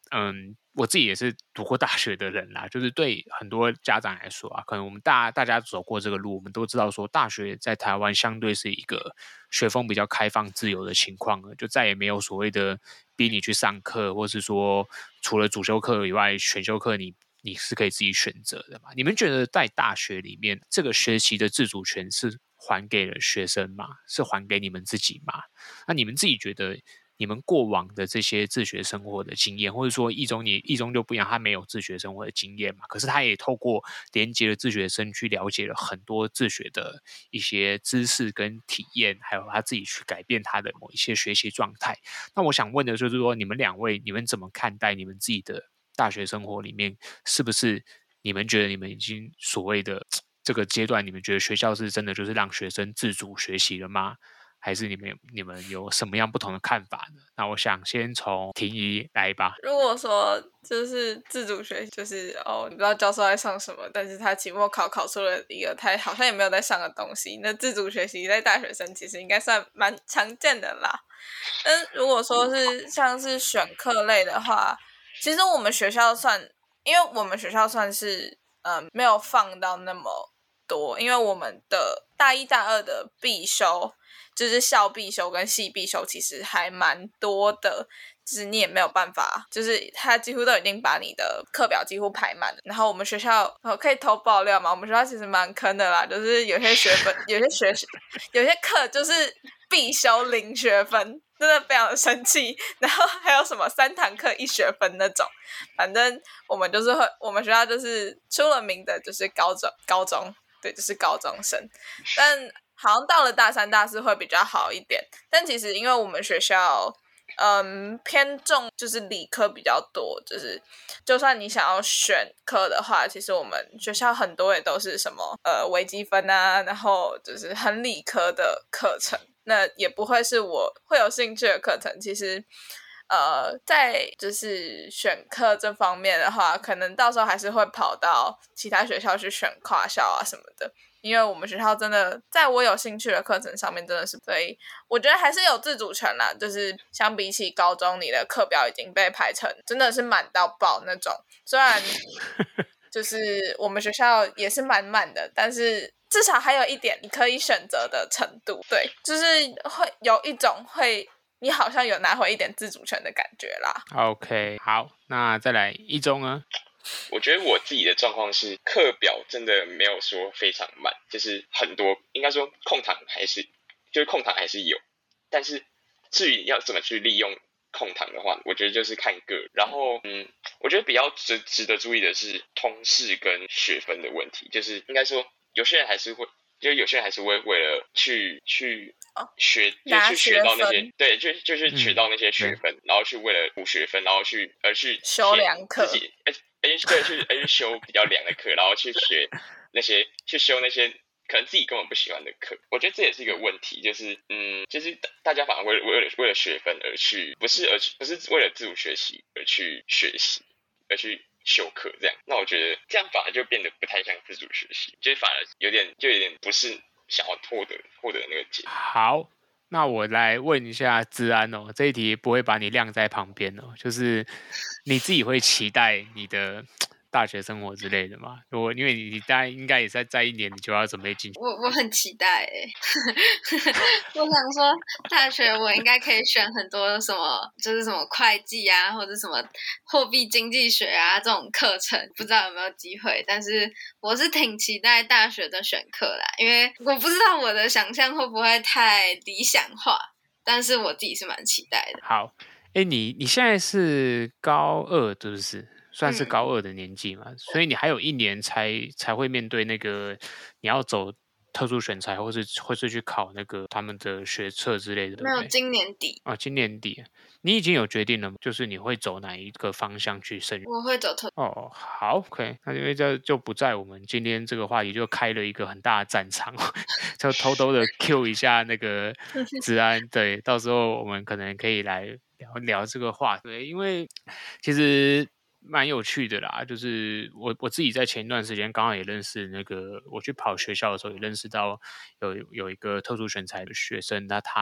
我自己也是读过大学的人啦，就是对很多家长来说啊，可能我们大家走过这个路，我们都知道说，大学在台湾相对是一个学风比较开放自由的情况了，就再也没有所谓的逼你去上课，或是说除了主修课以外，选修课你是可以自己选择的嘛？你们觉得在大学里面，这个学习的自主权是还给了学生吗？是还给你们自己吗？那你们自己觉得？你们过往的这些自学生活的经验，或者说一中就不一样，他没有自学生活的经验嘛，可是他也透过连接了自学生去了解了很多自学的一些知识跟体验，还有他自己去改变他的某一些学习状态。那我想问的就是说，你们两位，你们怎么看待你们自己的大学生活里面，是不是你们觉得你们已经所谓的这个阶段，你们觉得学校是真的就是让学生自主学习了吗？还是你们有什么样不同的看法呢？那我想先从婷宜来吧。 如果说就是自主学习，就是你不知道教授在上什么，但是他期末考出了一个他好像也没有在上的东西，那自主学习在大学生其实应该算蛮常见的啦。但如果说是像是选课类的话，其实我们学校因为我们学校算是没有放到那么多，因为我们的大一大二的必修就是校必修跟系必修其实还蛮多的，就是你也没有办法，就是他几乎都已经把你的课表几乎排满了。然后我们学校可以偷爆料嘛，我们学校其实蛮坑的啦，就是有些学分有些课就是必修0学分，真的非常的生气。然后还有什么3堂课1学分那种，反正我们学校就是出了名的就是高中对，就是高中生。但好像到了大3大4会比较好一点，但其实因为我们学校偏重就是理科比较多，就是就算你想要选课的话，其实我们学校很多也都是什么微积分啊，然后就是很理科的课程，那也不会是我会有兴趣的课程。其实在就是选课这方面的话，可能到时候还是会跑到其他学校去选跨校啊什么的，因为我们学校真的在我有兴趣的课程上面真的是，所以我觉得还是有自主权啦，就是相比起高中你的课表已经被排成真的是满到爆那种，虽然就是我们学校也是蛮满的，但是至少还有一点你可以选择的程度，对，就是会有一种你好像有拿回一点自主权的感觉啦。 OK， 好，那再来一中呢？ 我觉得我自己的状况是课表真的没有说非常满，就是很多应该说空堂还是有，但是至于要怎么去利用空堂的话，我觉得就是看个人。然后我觉得比较值得注意的是通识跟学分的问题，就是应该说有些人还是会为了去学，去学到那些，对，就是学到那些学分，然后去为了补学分，然后去修凉课， 去修比较凉的课，然后去修那些可能自己根本不喜欢的课。我觉得这也是一个问题，就是大家反而为了学分而去，不是为了自主学习而去学习，而去修课这样。那我觉得这样反而就变得不太像自主学习，就是反而有点不是想要获得那个结果。 好，那我来问一下资安哦，这一题不会把你晾在旁边哦，就是你自己会期待你的大学生活之类的吗？因为你大概应该也在1年，你就要准备进去。 我很期待我想说大学我应该可以选很多什么，就是什么会计啊，或者什么货币经济学啊这种课程，不知道有没有机会。但是我是挺期待大学的选课啦，因为我不知道我的想象会不会太理想化，但是我自己是蛮期待的。 好，你现在是高2，是不是？算是高2的年纪嘛，所以你还有1年才会面对那个你要走特殊选才，或是去考那个他们的学测之类的，对不对？ 没有，今年底。 今年底，你已经有决定了吗？就是你会走哪一个方向去升？ 我会走特。 好 ，OK， 那因为这就不在我们今天这个话题，就开了一个很大的战场，就偷偷的 Q 一下那个资安，对，到时候我们可能可以来聊这个话题，对，因为其实蛮有趣的啦，就是我自己在前一段时间刚好也认识那个，我去跑学校的时候也认识到有一个特殊选才的学生，那他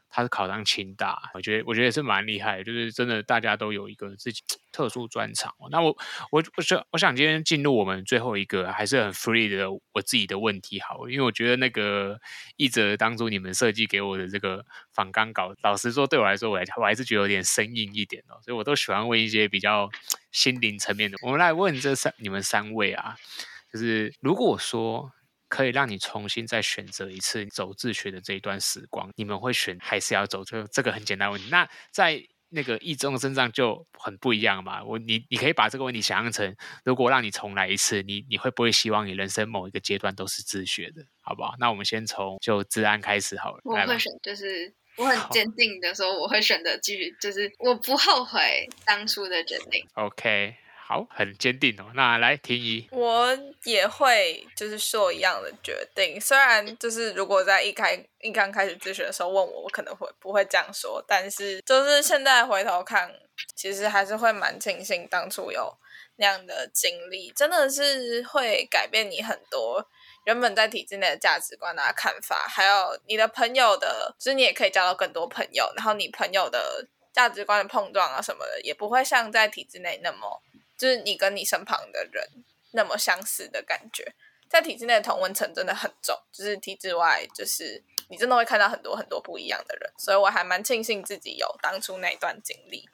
他是考上清大，我觉得也是蛮厉害的，就是真的大家都有一个自己特殊专长。那我想今天进入我们最后一个还是很 free 的我自己的问题好了，因为我觉得那个一则当初你们设计给我的这个访纲稿，老实说对我来说我还是觉得有点生硬一点所以我都喜欢问一些比较心灵层面的。我们来问你们三位啊，就是如果说可以让你重新再选择一次走自学的这一段时光，你们会选还是要走？这个很简单的问题。那在那个一中身上就很不一样嘛。你可以把这个问题想象成，如果让你重来一次，你会不会希望你人生某一个阶段都是自学的？好不好？那我们先从就治安开始好了。 我会选，就是我很坚定的说，我会选择继续，就是我不后悔当初的决定。 OK。好，很坚定那来婷宜， 我也会就是说一样的决定。虽然就是如果在一刚开始自学的时候问我可能不会这样说，但是就是现在回头看，其实还是会蛮庆幸当初有那样的经历，真的是会改变你很多原本在体制内的价值观啊、看法，还有你的朋友的，就是你也可以交到更多朋友，然后你朋友的价值观的碰撞啊什么的，也不会像在体制内那么。就是你跟你身旁的人那么相似的感觉，在体制内的同温层真的很重，就是体制外，就是你真的会看到很多很多不一样的人，所以我还蛮庆幸自己有当初那段经历。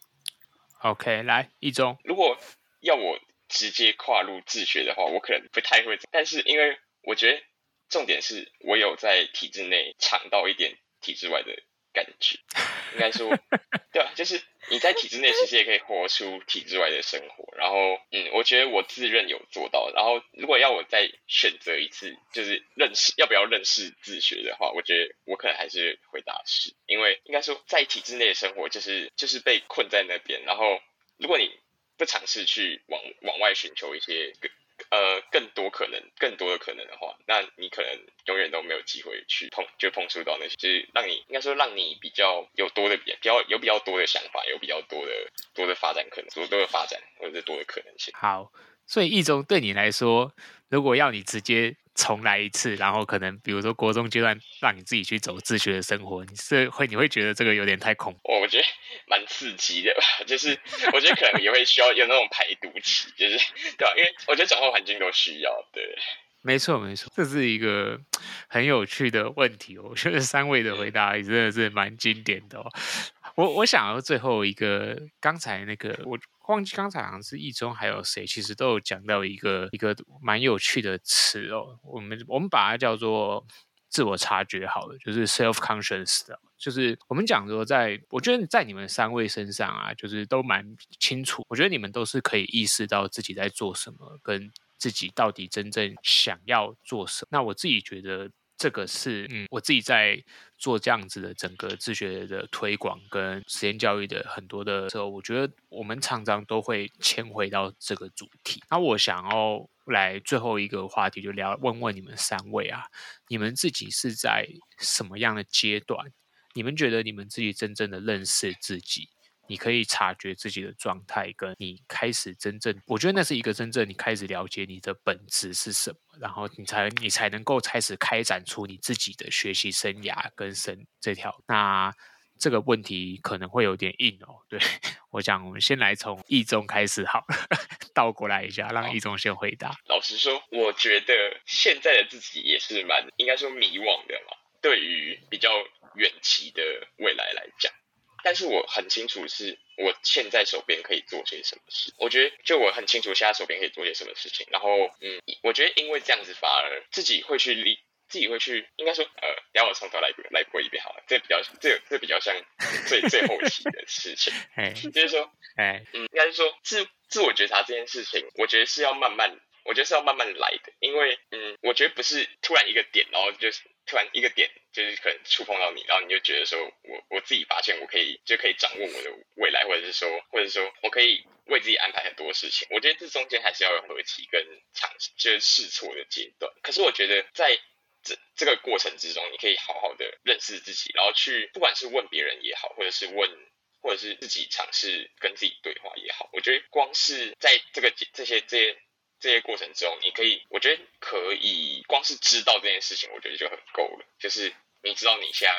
OK， 来一中， 如果要我直接跨入自学的话，我可能不太会，但是因为我觉得重点是我有在体制内尝到一点体制外的感觉，应该说，对吧？就是你在体制内其实也可以活出体制外的生活，然后我觉得我自认有做到。然后如果要我再选择一次，就是要不要认识自学的话，我觉得我可能还是回答是，因为应该说在体制内的生活就是被困在那边，然后如果你不尝试去往外寻求一些更多的可能的话，那你可能永远都没有机会去碰触到那些，就是让你比较有比较多的想法，有比较多的发展可能，多的发展或者是多的可能性。 好，所以一中对你来说，如果要你直接重来一次，然后可能比如说国中阶段让你自己去走自学的生活，你会觉得这个有点太恐怖？ 我觉得蛮刺激的吧，就是我觉得可能也会需要有那种排毒期，就是对吧？因为我觉得转换环境都需要，对。 没错，这是一个很有趣的问题我觉得三位的回答也真的是蛮经典的我想要最后一个，刚才那个我忘记刚才好像是一中还有谁，其实都有讲到一个蛮有趣的词我们把它叫做自我察觉好了，就是 self conscious 的，就是我们讲说我觉得在你们三位身上啊，就是都蛮清楚，我觉得你们都是可以意识到自己在做什么，跟自己到底真正想要做什么。那我自己觉得这个是我自己在做这样子的整个自学的推广跟实验教育的很多的时候，我觉得我们常常都会牵回到这个主题。那我想要来最后一个话题就问问你们三位啊，你们自己是在什么样的阶段？你们觉得你们自己真正的认识自己，你可以察觉自己的状态，跟你开始真正，我觉得那是一个真正你开始了解你的本质是什么，然后你才能够开始开展出你自己的学习生涯跟这条。那这个问题可能会有点硬对，我想我们先来从一中开始好了，倒过来一下，让一中先回答。 老实说，我觉得现在的自己也是应该说迷惘的嘛，对于比较远期的未来来讲。但是我很清楚是我现在手边可以做些什么事，我觉得就我很清楚现在手边可以做些什么事情，然后我觉得因为这样子反而自己会去应该说等一下我从头来过一遍好了，这比较像最后期的事情就是说应该是说自我觉察这件事情，我觉得是要慢慢来的，因为我觉得不是突然一个点，然后就是突然一个点就是可能触碰到你，然后你就觉得说我自己发现我可以掌握我的未来，或者是说我可以为自己安排很多事情。我觉得这中间还是要有合期跟就是试错的阶段。可是我觉得在这个过程之中，你可以好好的认识自己，然后去不管是问别人也好，或者是自己尝试跟自己对话也好，我觉得光是在这些过程中，我觉得可以光是知道这件事情，我觉得就很够了。就是你知道你现在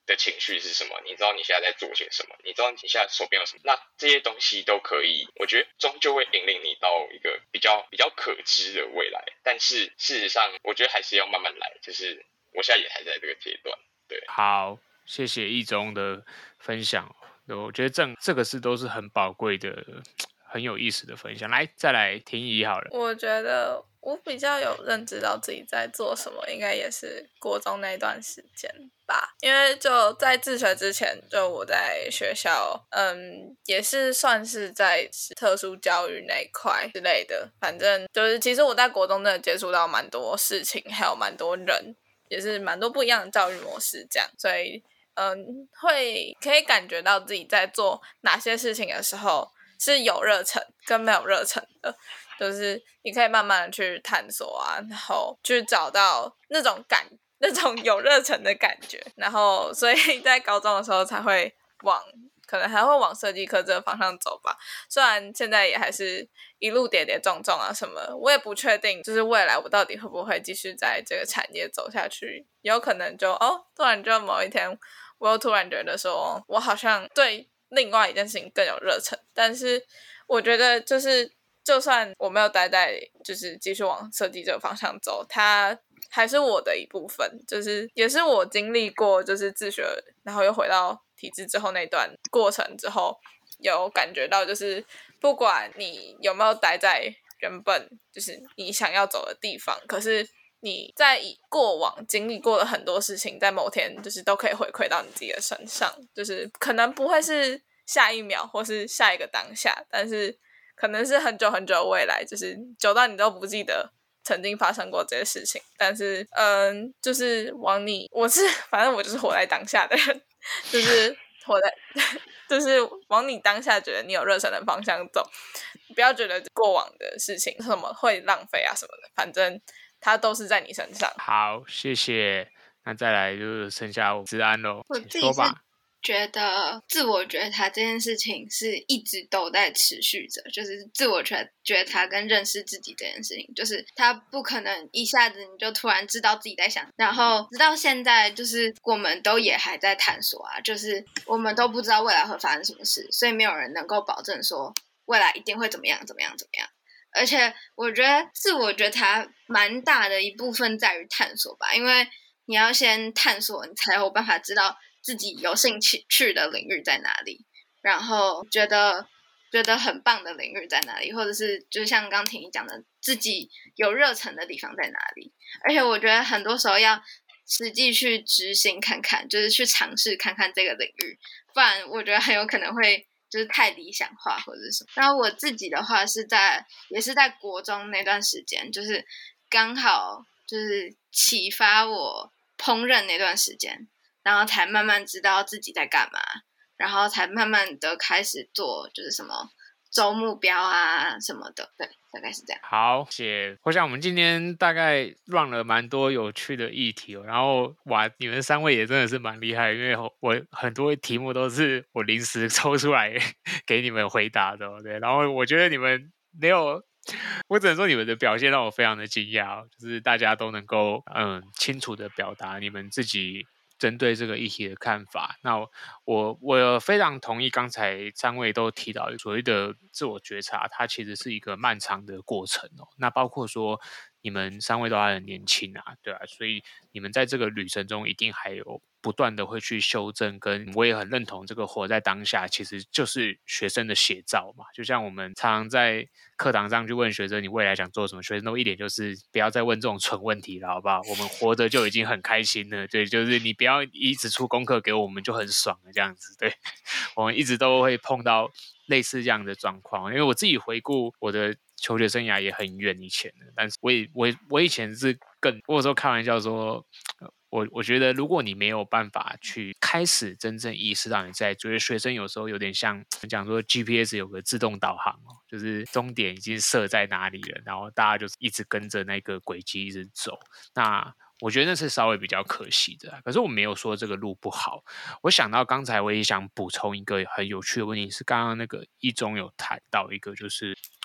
的情绪是什么，你知道你现在在做些什么，你知道你现在手边有什么，那这些东西都可以，我觉得终究会引领你到一个比较可知的未来。但是事实上，我觉得还是要慢慢来，就是我现在也还在这个阶段。对， 好，谢谢一中的分享，我觉得这个都是很宝贵的、很有意思的分享。来，再来听怡好了。 我觉得我比较有认知到自己在做什么，应该也是国中那段时间吧。因为就在自学之前，就我在学校，也是算是在特殊教育那一块之类的。反正就是，其实我在国中真的接触到蛮多事情，还有蛮多人，也是蛮多不一样的教育模式这样。所以，可以感觉到自己在做哪些事情的时候是有热忱跟没有热忱的。就是你可以慢慢的去探索啊，然后去找到那种有热忱的感觉，然后所以在高中的时候才会可能还会往设计科这个方向走吧。虽然现在也还是一路跌跌撞撞啊什么，我也不确定就是未来我到底会不会继续在这个产业走下去，有可能就突然就某一天我又突然觉得说我好像对另外一件事情更有热忱。但是我觉得就算我没有待在就是继续往设计这个方向走，它还是我的一部分，就是也是我经历过就是自学然后又回到体制之后那段过程之后，有感觉到就是不管你有没有待在原本就是你想要走的地方，可是你在以过往经历过的很多事情，在某天就是都可以回馈到你自己的身上，就是可能不会是下一秒或是下一个当下，但是可能是很久很久的未来，就是久到你都不记得曾经发生过这些事情。但是就是反正我就是活在当下的人，就是就是往你当下觉得你有热忱的方向走，不要觉得过往的事情什么会浪费啊什么的，反正它都是在你身上。 好，谢谢。那再来就是剩下我治安咯， 我自己是说吧。 觉得自我觉察这件事情是一直都在持续着，就是自我觉察跟认识自己这件事情，就是它不可能一下子你就突然知道自己在想，然后直到现在就是我们都也还在探索啊，就是我们都不知道未来会发生什么事，所以没有人能够保证说未来一定会怎么样。而且我觉得自我觉察蛮大的一部分在于探索吧，因为你要先探索，你才有办法知道自己有兴趣的领域在哪里，然后觉得很棒的领域在哪里，或者是就像刚婷宜讲的，自己有热忱的地方在哪里。而且我觉得很多时候要实际去执行看看，就是去尝试看看这个领域，不然我觉得很有可能会就是太理想化或者是什么。然后我自己的话也是在国中那段时间，就是刚好就是启发我烹饪那段时间，然后才慢慢知道自己在干嘛，然后才慢慢的开始做就是什么周目标啊什么的。对，大概是这样。 好，谢谢。我想我们今天大概让了蛮多有趣的议题然后哇，你们三位也真的是蛮厉害，因为我很多题目都是我临时抽出来给你们回答的对。然后我觉得你们没有，我只能说你们的表现让我非常的惊讶就是大家都能够清楚的表达你们自己针对这个议题的看法。那我非常同意刚才三位都提到所谓的自我觉察，它其实是一个漫长的过程那包括说你们三位都还很年轻对所以你们在这个旅程中一定还有不断的会去修正，跟我也很认同这个活在当下其实就是学生的写照嘛。就像我们常常在课堂上去问学生你未来想做什么，学生都一点就是不要再问这种蠢问题了好不好，我们活着就已经很开心了对，就是你不要一直出功课给我们就很爽了这样子对。我们一直都会碰到类似这样的状况，因为我自己回顾我的求学生涯也很远以前的，但是我以前是我有时候开玩笑说我觉得如果你没有办法去开始真正意识到你在觉得学生有时候有点像讲说 GPS 有个自动导航就是终点已经设在哪里了，然后大家就一直跟着那个轨迹一直走，那我觉得那是稍微比较可惜的可是我没有说这个路不好。我想到刚才我也想补充一个很有趣的问题，是刚刚那个一中有谈到一个就是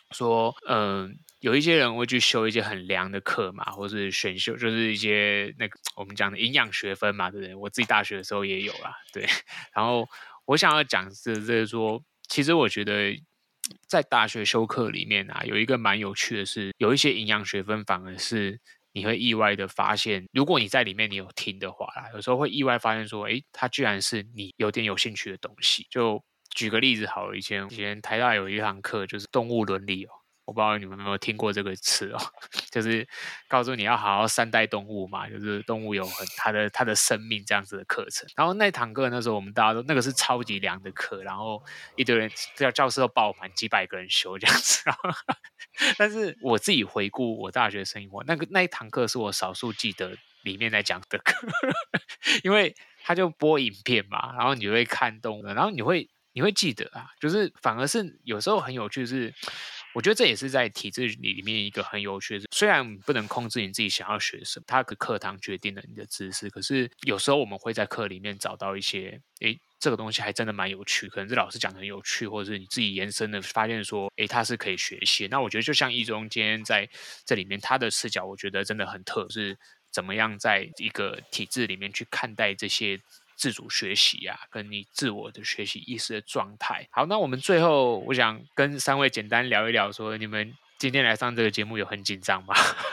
说，有一些人会去修一些很凉的课嘛，或是选修，就是一些那个我们讲的营养学分嘛，对不对？我自己大学的时候也有啦，对。然后我想要讲的就是说，其实我觉得在大学修课里面啊，有一个蛮有趣的是，有一些营养学分反而是你会意外的发现，如果你在里面你有听的话啦，有时候会意外发现说，诶，它居然是你有点有兴趣的东西。就举个例子好了，以前台大有一堂课就是动物伦理哦。我不知道你们有没有听过这个词哦，就是告诉你要好好善待动物嘛，就是动物有它的生命这样子的课程。然后那堂课那时候我们大家都那个是超级凉的课，然后一堆人教室都爆满，几百个人修这样子。然后但是我自己回顾我大学生活，那一堂课是我少数记得里面在讲的课，因为他就播影片嘛，然后你会看动物，然后你会记得啊，就是反而是有时候很有趣是。我觉得这也是在体制里面一个很有趣的，虽然不能控制你自己想要学什么，它的课堂决定了你的知识，可是有时候我们会在课里面找到一些，这个东西还真的蛮有趣，可能是老师讲的很有趣，或者是你自己延伸的发现说，它是可以学习。那我觉得就像一中今天在这里面，他的视角我觉得真的很特，是怎么样在一个体制里面去看待这些自主学习啊，跟你自我的学习意识的状态。好，那我们最后我想跟三位简单聊一聊，说你们今天来上这个节目有很紧张吗？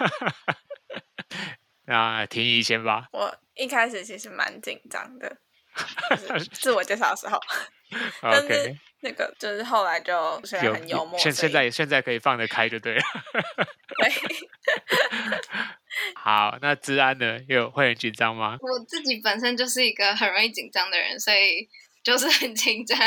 那婷宜先吧。 我一开始其实蛮紧张的，就是自我介绍的时候，但是那个就是后来就虽然很幽默， 现在可以放得开就对了。 对。 好，那治安呢？会很紧张吗？ 我自己本身就是一个很容易紧张的人，所以就是很紧张。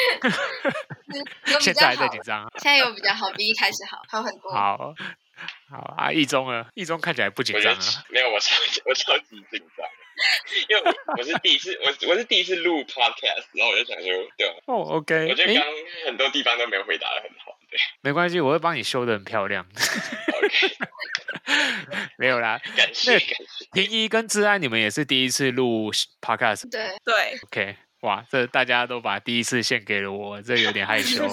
现在还在紧张啊？ 现在有比较好，比一开始好很多。 好啊，一中呢？一中看起来不紧张啊？ 没有，我超级紧张。因为我是第一次录 podcast， 然后我就想说，对啊 OK， 我觉得刚刚很多地方都没有回答的很好，对， 没关系，我会帮你修得很漂亮。 OK， 没有啦， 感谢。 婷宜跟治安，你们也是第一次录 podcast， 对 ，OK， 哇，这大家都把第一次献给了我，这有点害羞。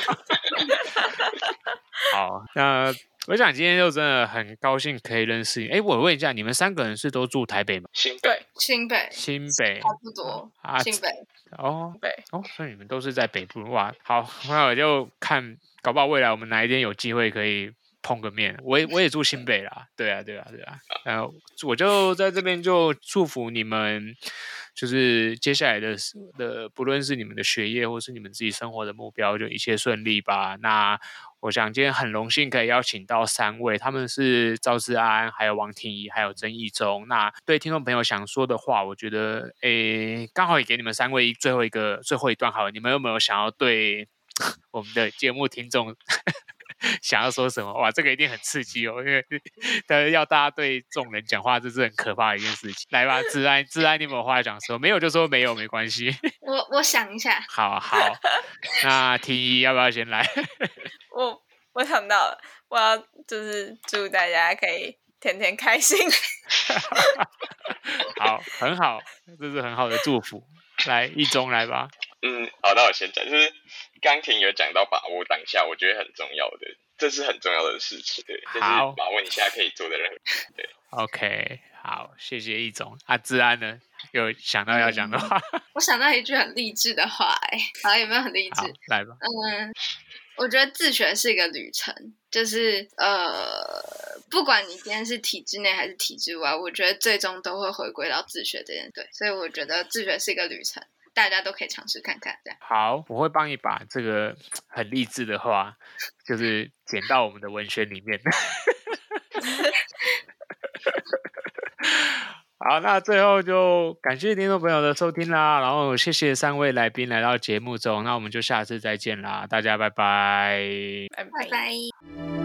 好，那我想今天就真的很高兴可以认识你。我问一下，你们三个人是都住台北吗？ 新北差不多啊，新北所以你们都是在北部。哇，好，那我就看，搞不好未来我们哪一天有机会可以碰个面。我也住新北啦，对啊。然后我就在这边就祝福你们，就是接下来的不论是你们的学业或是你们自己生活的目标，就一切顺利吧。那我想今天很荣幸可以邀请到三位，他们是赵治安、还有王婷宜、还有曾义中。那对听众朋友想说的话，我觉得刚好也给你们三位最后一段好了。你们有没有想要对我们的节目听众想要说什么？哇，这个一定很刺激哦，因为要大家对众人讲话，这是很可怕的一件事情。来吧，治安，你有没有话想说？没有就说没有，没关系。 我想一下。 好，那婷宜要不要先来？ 我想到了，我要就是祝大家可以天天开心。 好，很好，这是很好的祝福。来，一中来吧。 好，那我先讲，就是刚婷有讲到把握当下，我觉得很重要的，这是很重要的事情，对，就是把握你现在可以做的任何事，对。 OK， 好，谢谢一中。治安呢？有想到要讲的话？ 我想到一句很励志的话，好，有没有很励志？ 来吧。 我觉得自学是一个旅程，就是不管你今天是体制内还是体制外，我觉得最终都会回归到自学这件对，所以我觉得自学是一个旅程，大家都可以尝试看看。这样好，我会帮你把这个很励志的话，就是剪到我们的文宣里面。好，那最后就感谢听众朋友的收听啦，然后谢谢三位来宾来到节目中，那我们就下次再见啦，大家拜拜， 拜拜。